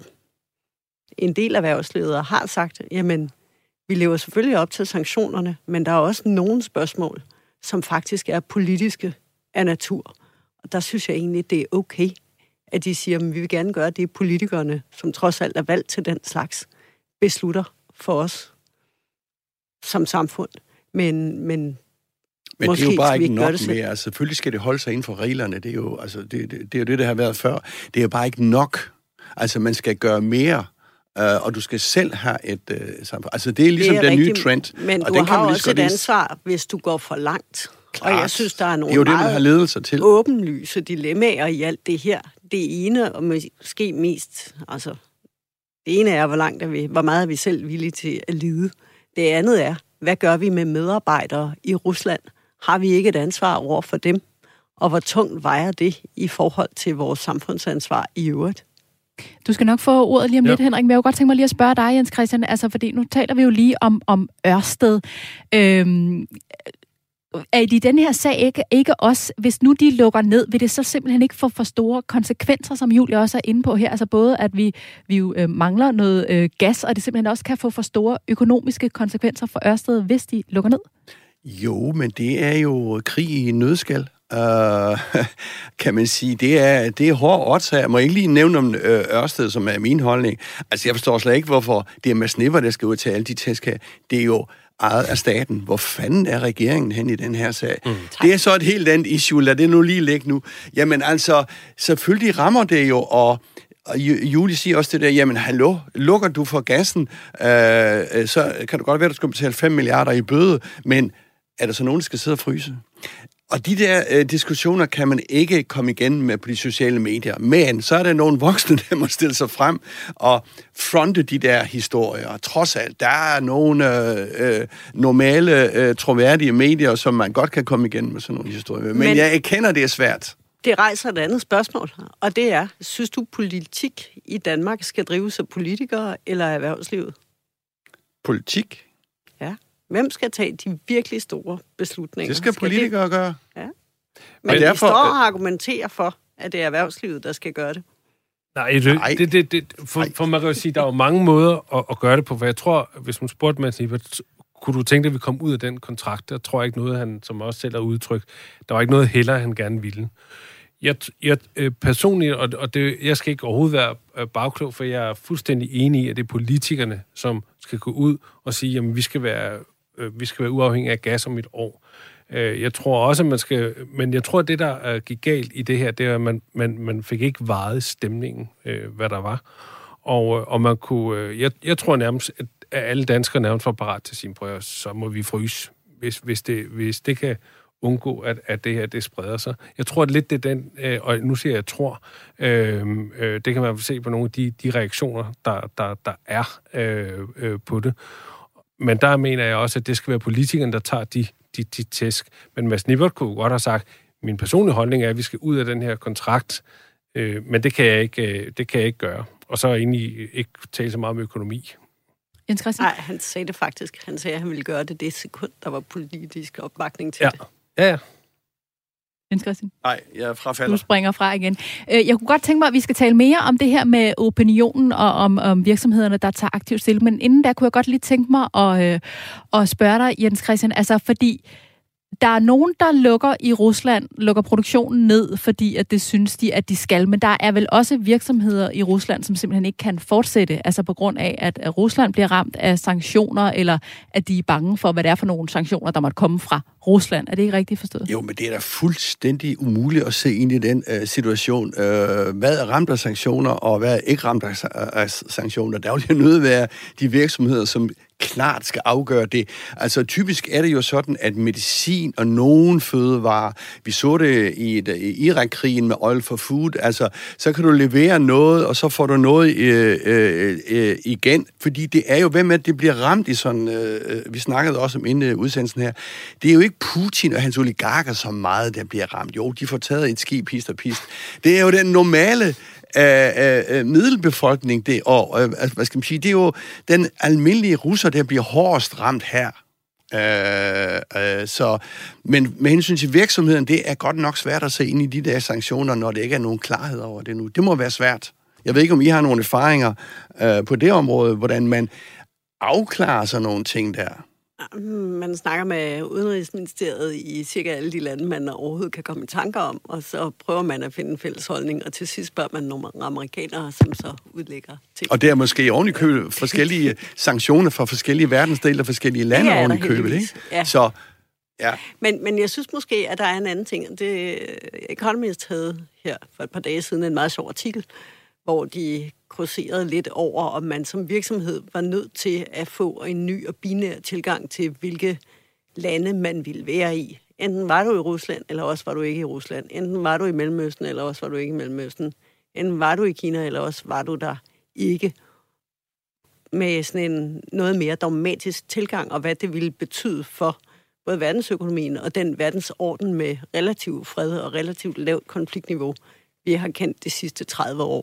en del af erhvervsledere har sagt, jamen, vi lever selvfølgelig op til sanktionerne, men der er også nogle spørgsmål, som faktisk er politiske af natur. Og der synes jeg egentlig, det er okay, at de siger, at vi vil gerne gøre det, politikerne, som trods alt er valgt til den slags, beslutter for os som samfund. Men, men Men Måske det er jo bare ikke nok mere. Altså, selvfølgelig skal det holde sig inden for reglerne. Det er jo, altså, det, det, det, er jo det, der har været før. Det er jo bare ikke nok. Altså, man skal gøre mere, øh, og du skal selv have et øh, samfund. Altså, det er ligesom det er den rigtig, nye trend. Men og du den har kan også et ansvar, hvis du går for langt. Klart. Og jeg synes, der er nogle det er jo meget det, man har ledelser til. åbenlyse dilemmaer i alt det her. Det ene, og måske mest, altså, det ene er, hvor langt er vi, hvor meget er vi selv villige til at lide. Det andet er, hvad gør vi med medarbejdere i Rusland? Har vi ikke et ansvar over for dem? Og hvor tungt vejer det i forhold til vores samfundsansvar i øvrigt? Du skal nok få ordet lige om ja. lidt, Henrik, men jeg kunne godt tænke mig lige at spørge dig, Jens Christian, altså fordi nu taler vi jo lige om, om Ørsted. Øhm, er det i den her sag ikke, ikke også, hvis nu de lukker ned, vil det så simpelthen ikke få for store konsekvenser, som Julie også er inde på her? Altså både, at vi, vi jo øh, mangler noget øh, gas, og det simpelthen også kan få for store økonomiske konsekvenser for Ørsted, hvis de lukker ned? Jo, men det er jo krig i nødskal. Uh, kan man sige, det er, det er hårde odds her. Jeg må ikke lige nævne om øh, Ørsted, som er min holdning. Altså, jeg forstår slet ikke, hvorfor det er Mads Nippert, der skal ud til alle de tæsk her. Det er jo ejet af staten. Hvor fanden er regeringen hen i den her sag? Mm, det er så et helt andet issue. Lad det nu lige ligge nu. Jamen altså, selvfølgelig rammer det jo, og Og Julie siger også det der, jamen hallo, lukker du for gassen, øh, så kan du godt være, at du skal betale fem milliarder i bøde, men er der så nogen, der skal sidde og fryse? Og de der øh, diskussioner kan man ikke komme igen med på de sociale medier, men så er der nogle voksne, der må stille sig frem og fronte de der historier. Trods alt, der er nogle øh, øh, normale, øh, troværdige medier, som man godt kan komme igen med sådan nogle historier. Men, men jeg erkender, det er svært. Det rejser et andet spørgsmål, og det er, synes du, politik i Danmark skal drives af politikere eller erhvervslivet? Politik? Ja. Hvem skal tage de virkelig store beslutninger? Det skal, skal politikere det? gøre. Ja. Men og derfor... derfor... de står og argumenterer for, at det er erhvervslivet, der skal gøre det. Nej, det, det, det, det, for, for man kan jo sige, der er jo mange måder at, at gøre det på, for jeg tror, hvis man spurgte mig, kunne du tænke dig, at vi kom ud af den kontrakt? Der tror jeg ikke noget, han som også selv har udtrykt. Der var ikke noget heller, han gerne ville. Jeg, jeg personligt, og, og det, jeg skal ikke overhovedet være bagklog, for jeg er fuldstændig enig i, at det er politikerne, som skal gå ud og sige, jamen vi skal være, øh, vi skal være uafhængige af gas om et år. Øh, jeg tror også, at man skal, men jeg tror, at det, der øh, gik galt i det her, det er, at man, man, man fik ikke varet stemningen, øh, hvad der var. Og, og man kunne, øh, jeg, jeg tror nærmest, at alle danskere nærmest var parat til sin prøver, så må vi fryse, hvis, hvis, det, hvis det kan undgå, at, at det her, det spreder sig. Jeg tror, at lidt det er den, øh, og nu siger jeg, jeg tror, øh, øh, det kan man se på nogle af de, de reaktioner, der, der, der er øh, øh, på det. Men der mener jeg også, at det skal være politikerne, der tager de, de, de tæsk. Men Mads Nippert kunne godt have sagt, min personlige holdning er, at vi skal ud af den her kontrakt, øh, men det kan jeg ikke, øh, det kan jeg ikke gøre. Og så er jeg egentlig ikke tale så meget om økonomi. Nej, han sagde det faktisk. Han sagde, at han ville gøre det det sekund, der var politisk opbakning til ja. det. Ja, ja. Jens Christian? Nej, jeg frafalder. Du springer fra igen. Jeg kunne godt tænke mig, at vi skal tale mere om det her med opinionen og om, om virksomhederne, der tager aktivt stilling. Men inden der kunne jeg godt lige tænke mig at, øh, at spørge dig, Jens Christian, altså fordi der er nogen, der lukker i Rusland, lukker produktionen ned, fordi at det synes de, at de skal. Men der er vel også virksomheder i Rusland, som simpelthen ikke kan fortsætte, altså på grund af, at Rusland bliver ramt af sanktioner, eller at de er bange for, hvad det er for nogle sanktioner, der måtte komme fra Rusland. Er det ikke rigtigt forstået? Jo, men det er da fuldstændig umuligt at se ind i den uh, situation. Uh, hvad er ramt af sanktioner, og hvad er ikke ramt af, af sanktioner? Der vil jo nødt være de virksomheder, som klart skal afgøre det. Altså typisk er det jo sådan, at medicin og nogen fødevarer, vi så det i, i Irak-krigen med Oil for Food, altså så kan du levere noget, og så får du noget øh, øh, øh, igen, fordi det er jo, hvem er det bliver ramt i sådan, øh, vi snakkede også om inden udsendelsen her, det er jo ikke Putin og hans oligarker så meget, der bliver ramt. Jo, de får taget et skib, pist og pist. Det er jo den normale Af, af middelbefolkning, det, og øh, hvad skal man sige, det er jo den almindelige russer, der bliver hårdest ramt her. Øh, øh, så, men med hensyn til virksomheden, det er godt nok svært at se ind i de der sanktioner, når det ikke er nogen klarhed over det nu. Det må være svært. Jeg ved ikke, om I har nogle erfaringer øh, på det område, hvordan man afklarer sådan nogle ting der. Man snakker med Udenrigsministeriet i cirka alle de lande, man overhovedet kan komme i tanker om, og så prøver man at finde en fælles holdning, og til sidst spørger man nogle amerikanere, som så udlægger ting. Og det er måske oven i købet forskellige sanktioner fra forskellige verdensdele og forskellige lande oven i købet, ikke? Ja. Så, ja. Men, men jeg synes måske, at der er en anden ting. Det Economist havde her for et par dage siden en meget sjov artikel, hvor de krydserede lidt over, om man som virksomhed var nødt til at få en ny og binær tilgang til, hvilke lande man ville være i. Enten var du i Rusland, eller også var du ikke i Rusland. Enten var du i Mellemøsten, eller også var du ikke i Mellemøsten. Enten var du i Kina, eller også var du der ikke. Med sådan en noget mere dogmatisk tilgang, og hvad det ville betyde for både verdensøkonomien og den verdensorden med relativt fred og relativt lavt konfliktniveau, vi har kendt de sidste tredive år.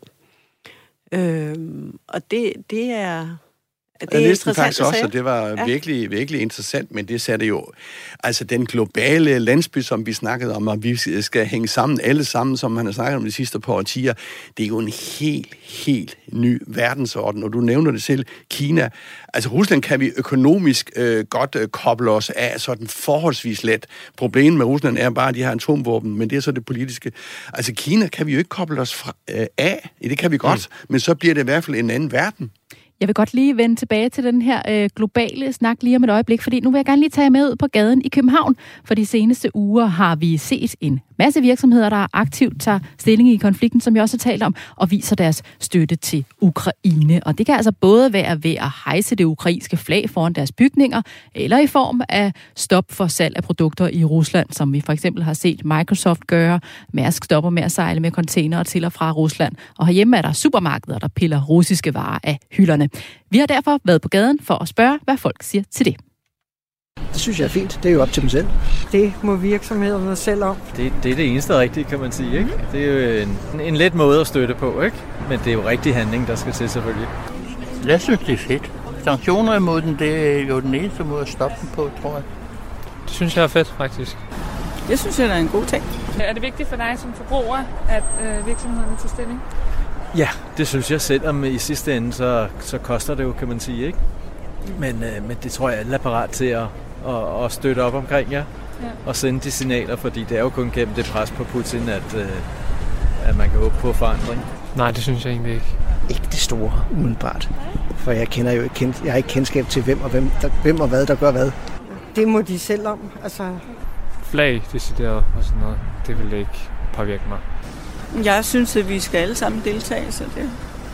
Øhm, og det, det er... Det jeg læste faktisk også, at det var ja. virkelig, virkelig interessant, men det satte jo... Altså, den globale landsby, som vi snakkede om, at vi skal hænge sammen, alle sammen, som man har snakket om de sidste par årtier, det er jo en helt, helt ny verdensorden, og du nævner det selv, Kina. Altså, Rusland kan vi økonomisk øh, godt øh, koble os af sådan forholdsvis let. Problemet med Rusland er bare, at de har atomvåben, men det er så det politiske. Altså, Kina kan vi jo ikke koble os fra, øh, af. Det kan vi godt, mm. men så bliver det i hvert fald en anden verden. Jeg vil godt lige vende tilbage til den her øh, globale snak lige om et øjeblik, fordi nu vil jeg gerne lige tage jer med ud på gaden i København. For de seneste uger har vi set en masse virksomheder, der aktivt tager stilling i konflikten, som jeg også har talt om, og viser deres støtte til Ukraine. Og det kan altså både være ved at hejse det ukrainske flag foran deres bygninger, eller i form af stop for salg af produkter i Rusland, som vi for eksempel har set Microsoft gøre. Mærsk stopper med at sejle med containere til og fra Rusland. Og herhjemme er der supermarkeder, der piller russiske varer af hylderne. Vi har derfor været på gaden for at spørge, hvad folk siger til det. Det synes jeg er fint. Det er jo op til dem selv. Det må virksomhederne selv om. Det, det er det eneste rigtige, kan man sige. Ikke? Det er jo en, en let måde at støtte på, ikke? Men det er jo rigtig handling, der skal til selvfølgelig. Jeg synes, det er fedt. Sanktioner imod den, det er jo den eneste måde at stoppe den på, tror jeg. Det synes jeg er fedt, faktisk. Jeg synes, det er en god ting. Er det vigtigt for dig som forbruger, at øh, virksomhederne tager stilling? Ja, det synes jeg, selvom i sidste ende, så, så koster det jo, kan man sige, ikke? Men, øh, men det tror jeg, alle er parat til at, at, at støtte op omkring, ja. Ja. Og sende de signaler, fordi det er jo kun gennem det pres på Putin, at, øh, at man kan håbe på forandring. Nej, det synes jeg egentlig ikke. Ikke det store, umiddelbart. For jeg kender jo ikke, jeg har ikke kendskab til, hvem og, hvem, der, hvem og hvad, der gør hvad. Det må de selv om. Altså... Flag, decideret og sådan noget, det vil ikke påvirke mig. Jeg synes, at vi skal alle sammen deltage, så det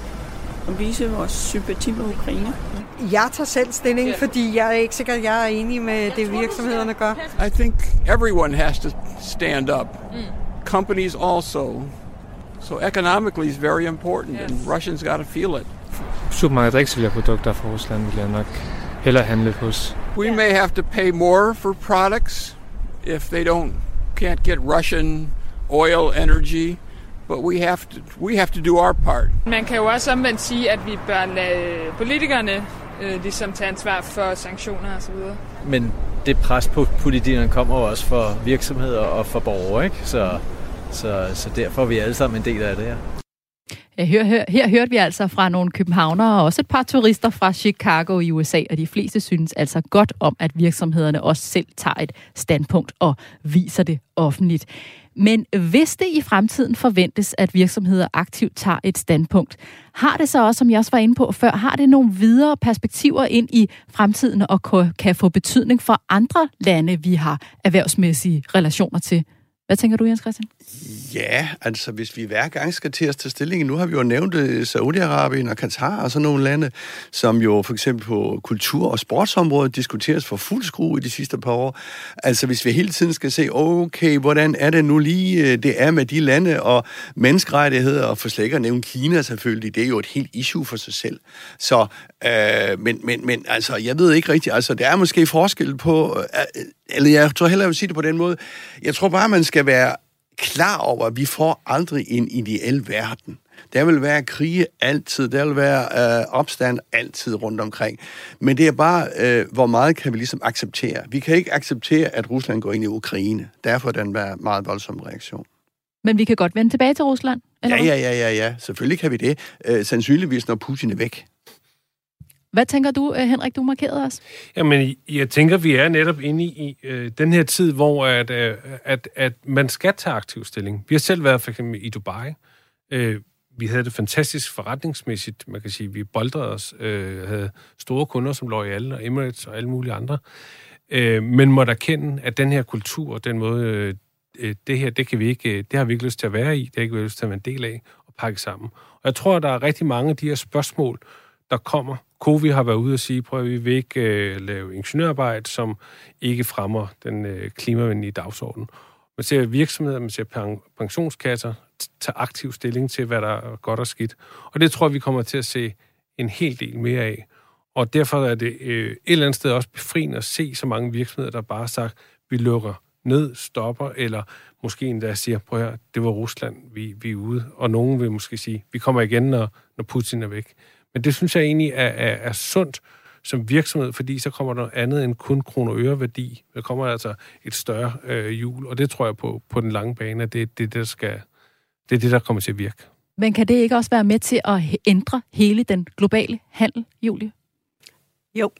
og vise vores sympati med Ukraine. Jeg tager selv stilling, fordi jeg er ikke sikker, at jeg er enig med det, virksomhederne gør. I think everyone has to stand up. Companies also. So economically is very important, and Russians got to feel it. Supermarkeder, der ikke sælger produkter fra Rusland, vil jeg nok hellere handle hos. We may have to pay more for products if they don't can't get Russian oil, energy. But we have to we have to do our part. Man kan jo også omvendt sige, at vi bør lade politikerne øh, ligesom tage ansvar for sanktioner og så videre. Men det pres på politikerne kommer jo også for virksomheder og for borgere, ikke? Så, så, så derfor er vi alle sammen en del af det her. Ja, her, her, her hørte vi altså fra nogle københavnere og også et par turister fra Chicago i U S A, og de fleste synes altså godt om, at virksomhederne også selv tager et standpunkt og viser det offentligt. Men hvis det i fremtiden forventes, at virksomheder aktivt tager et standpunkt, har det så også, som jeg også var inde på før, har det nogle videre perspektiver ind i fremtiden og kan få betydning for andre lande, vi har erhvervsmæssige relationer til? Hvad tænker du, Jens Christian? Ja, altså hvis vi hver gang skal til at tage stilling, nu har vi jo nævnt Saudi-Arabien og Katar og sådan nogle lande, som jo for eksempel på kultur- og sportsområdet diskuteres for fuld skrue i de sidste par år. Altså hvis vi hele tiden skal se, okay, hvordan er det nu lige, det er med de lande og menneskerettigheder, og for slet ikke at nævne Kina selvfølgelig, det er jo et helt issue for sig selv. Så, øh, men, men, men altså, jeg ved ikke rigtigt, altså der er måske forskel på, øh, eller jeg tror hellere, jeg vil sige det på den måde, jeg tror bare, man skal være klar over, at vi får aldrig en ideel verden. Der vil være krige altid, der vil være øh, opstand altid rundt omkring. Men det er bare, øh, hvor meget kan vi ligesom acceptere. Vi kan ikke acceptere, at Rusland går ind i Ukraine. Derfor er den en meget voldsom reaktion. Men vi kan godt vende tilbage til Rusland? Eller ja, ja, ja, ja, ja. Selvfølgelig kan vi det. Øh, sandsynligvis, når Putin er væk. Hvad tænker du, Henrik, du markerede os? Jamen, jeg tænker, vi er netop inde i, i øh, den her tid, hvor at, øh, at, at man skal tage aktiv stilling. Vi har selv været for eksempel i Dubai. Øh, vi havde det fantastisk forretningsmæssigt. Man kan sige, vi boldrede os, øh, havde store kunder som L'Oreal og Emirates og alle mulige andre. Øh, men måtte erkende, at den her kultur, den måde, øh, det her, det kan vi ikke, det har vi ikke lyst til at være i, det har vi ikke lyst til at være en del af og pakke sammen. Og jeg tror, at der er rigtig mange af de her spørgsmål, der kommer. Covi har været ude og sige, prøv at vi vil ikke øh, lave ingeniørarbejde, som ikke fremmer den øh, klimavenlige dagsorden. Man ser virksomheder, man ser pensionskasser, tage aktiv stilling til, hvad der er godt og skidt. Og det tror jeg, vi kommer til at se en hel del mere af. Og derfor er det øh, et eller andet sted også befriende at se så mange virksomheder, der bare har sagt, vi lukker ned, stopper, eller måske endda siger, prøv her, det var Rusland, vi, vi er ude. Og nogen vil måske sige, vi kommer igen, når, når Putin er væk. Men det synes jeg egentlig er, er, er sundt som virksomhed, fordi så kommer der noget andet end kun kroner- og øre-værdi. Der kommer altså et større øh, hjul, og det tror jeg på, på den lange bane, at det, det, der skal, det er det, der kommer til at virke. Men kan det ikke også være med til at ændre hele den globale handel, Julie? Jo.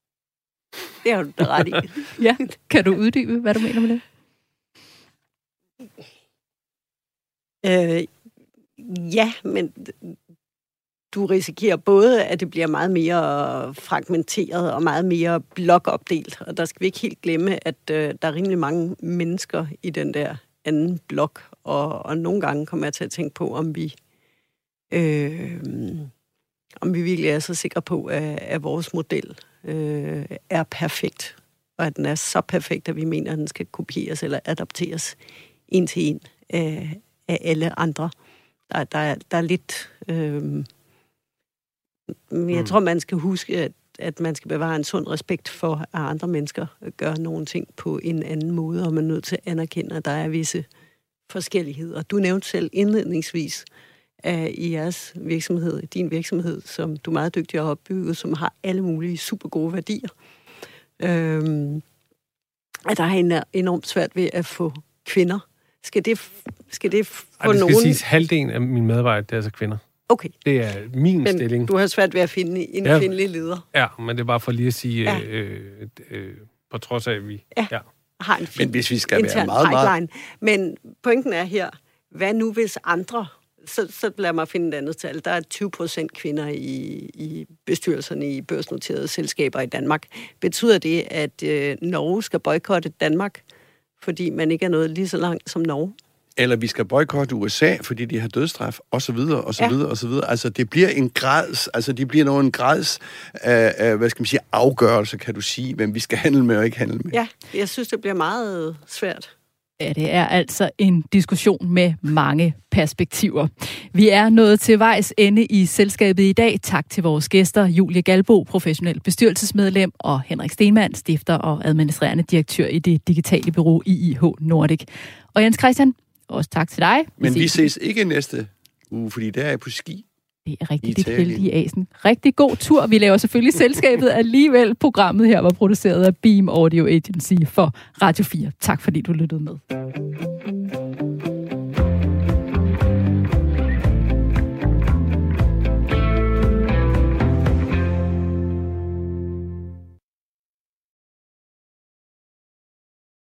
Det har du da ret i. Ja, kan du uddybe, hvad du mener med det? Øh, ja, men du risikerer både, at det bliver meget mere fragmenteret og meget mere blokopdelt. Og der skal vi ikke helt glemme, at øh, der er rimelig mange mennesker i den der anden blok. Og, og nogle gange kommer jeg til at tænke på, om vi, øh, om vi virkelig er så sikre på, at, at vores model øh, er perfekt. Og at den er så perfekt, at vi mener, at den skal kopieres eller adapteres en til en af, af alle andre. Der, der, der er lidt... Øh, jeg tror, man skal huske, at, at man skal bevare en sund respekt for, at andre mennesker gør nogle ting på en anden måde, og man er nødt til at anerkende, at der er visse forskelligheder. Du nævnte selv indledningsvis, at i jeres virksomhed, din virksomhed, som du er meget dygtig at opbygge, som har alle mulige super gode værdier, øhm, at der er enormt svært ved at få kvinder. Skal det, skal det få Ej, det skal nogen... siges, halvdelen af mine medarbejdere, det er altså kvinder. Okay. Det er min men stilling. Du har svært ved at finde en ja. kvindelig leder. Ja, men det er bare for lige at sige, ja. øh, øh, på trods af, at vi... Ja. Ja. Har en fin men hvis vi skal intern være meget, pipeline. meget... Men pointen er her, hvad nu hvis andre... Så, så lad mig finde et andet tal. Der er tyve procent kvinder i, i bestyrelserne i børsnoterede selskaber i Danmark. Betyder det, at øh, Norge skal boykotte Danmark, fordi man ikke er nået lige så langt som Norge? Eller vi skal boykotte U S A, fordi de har dødsstraf, og så videre, og så ja. videre, og så videre. Altså, det bliver en grads, altså, det bliver noget en grads, øh, øh, hvad skal man sige, afgørelse, kan du sige, hvem vi skal handle med og ikke handle med. Ja, jeg synes, det bliver meget svært. Ja, det er altså en diskussion med mange perspektiver. Vi er nået til vejs ende i selskabet i dag. Tak til vores gæster, Julie Galbo, professionel bestyrelsesmedlem, og Henrik Stenmann, stifter og administrerende direktør i det digitale bureau I I H Nordic. Og Jens Christian, også tak til dig. Vi Men ses. vi ses ikke næste uge, fordi der er jeg på ski. Det er rigtig dit heldige Asen. Rigtig god tur. Vi laver selvfølgelig selskabet alligevel. Programmet her var produceret af Beam Audio Agency for Radio fire. Tak fordi du lyttede med.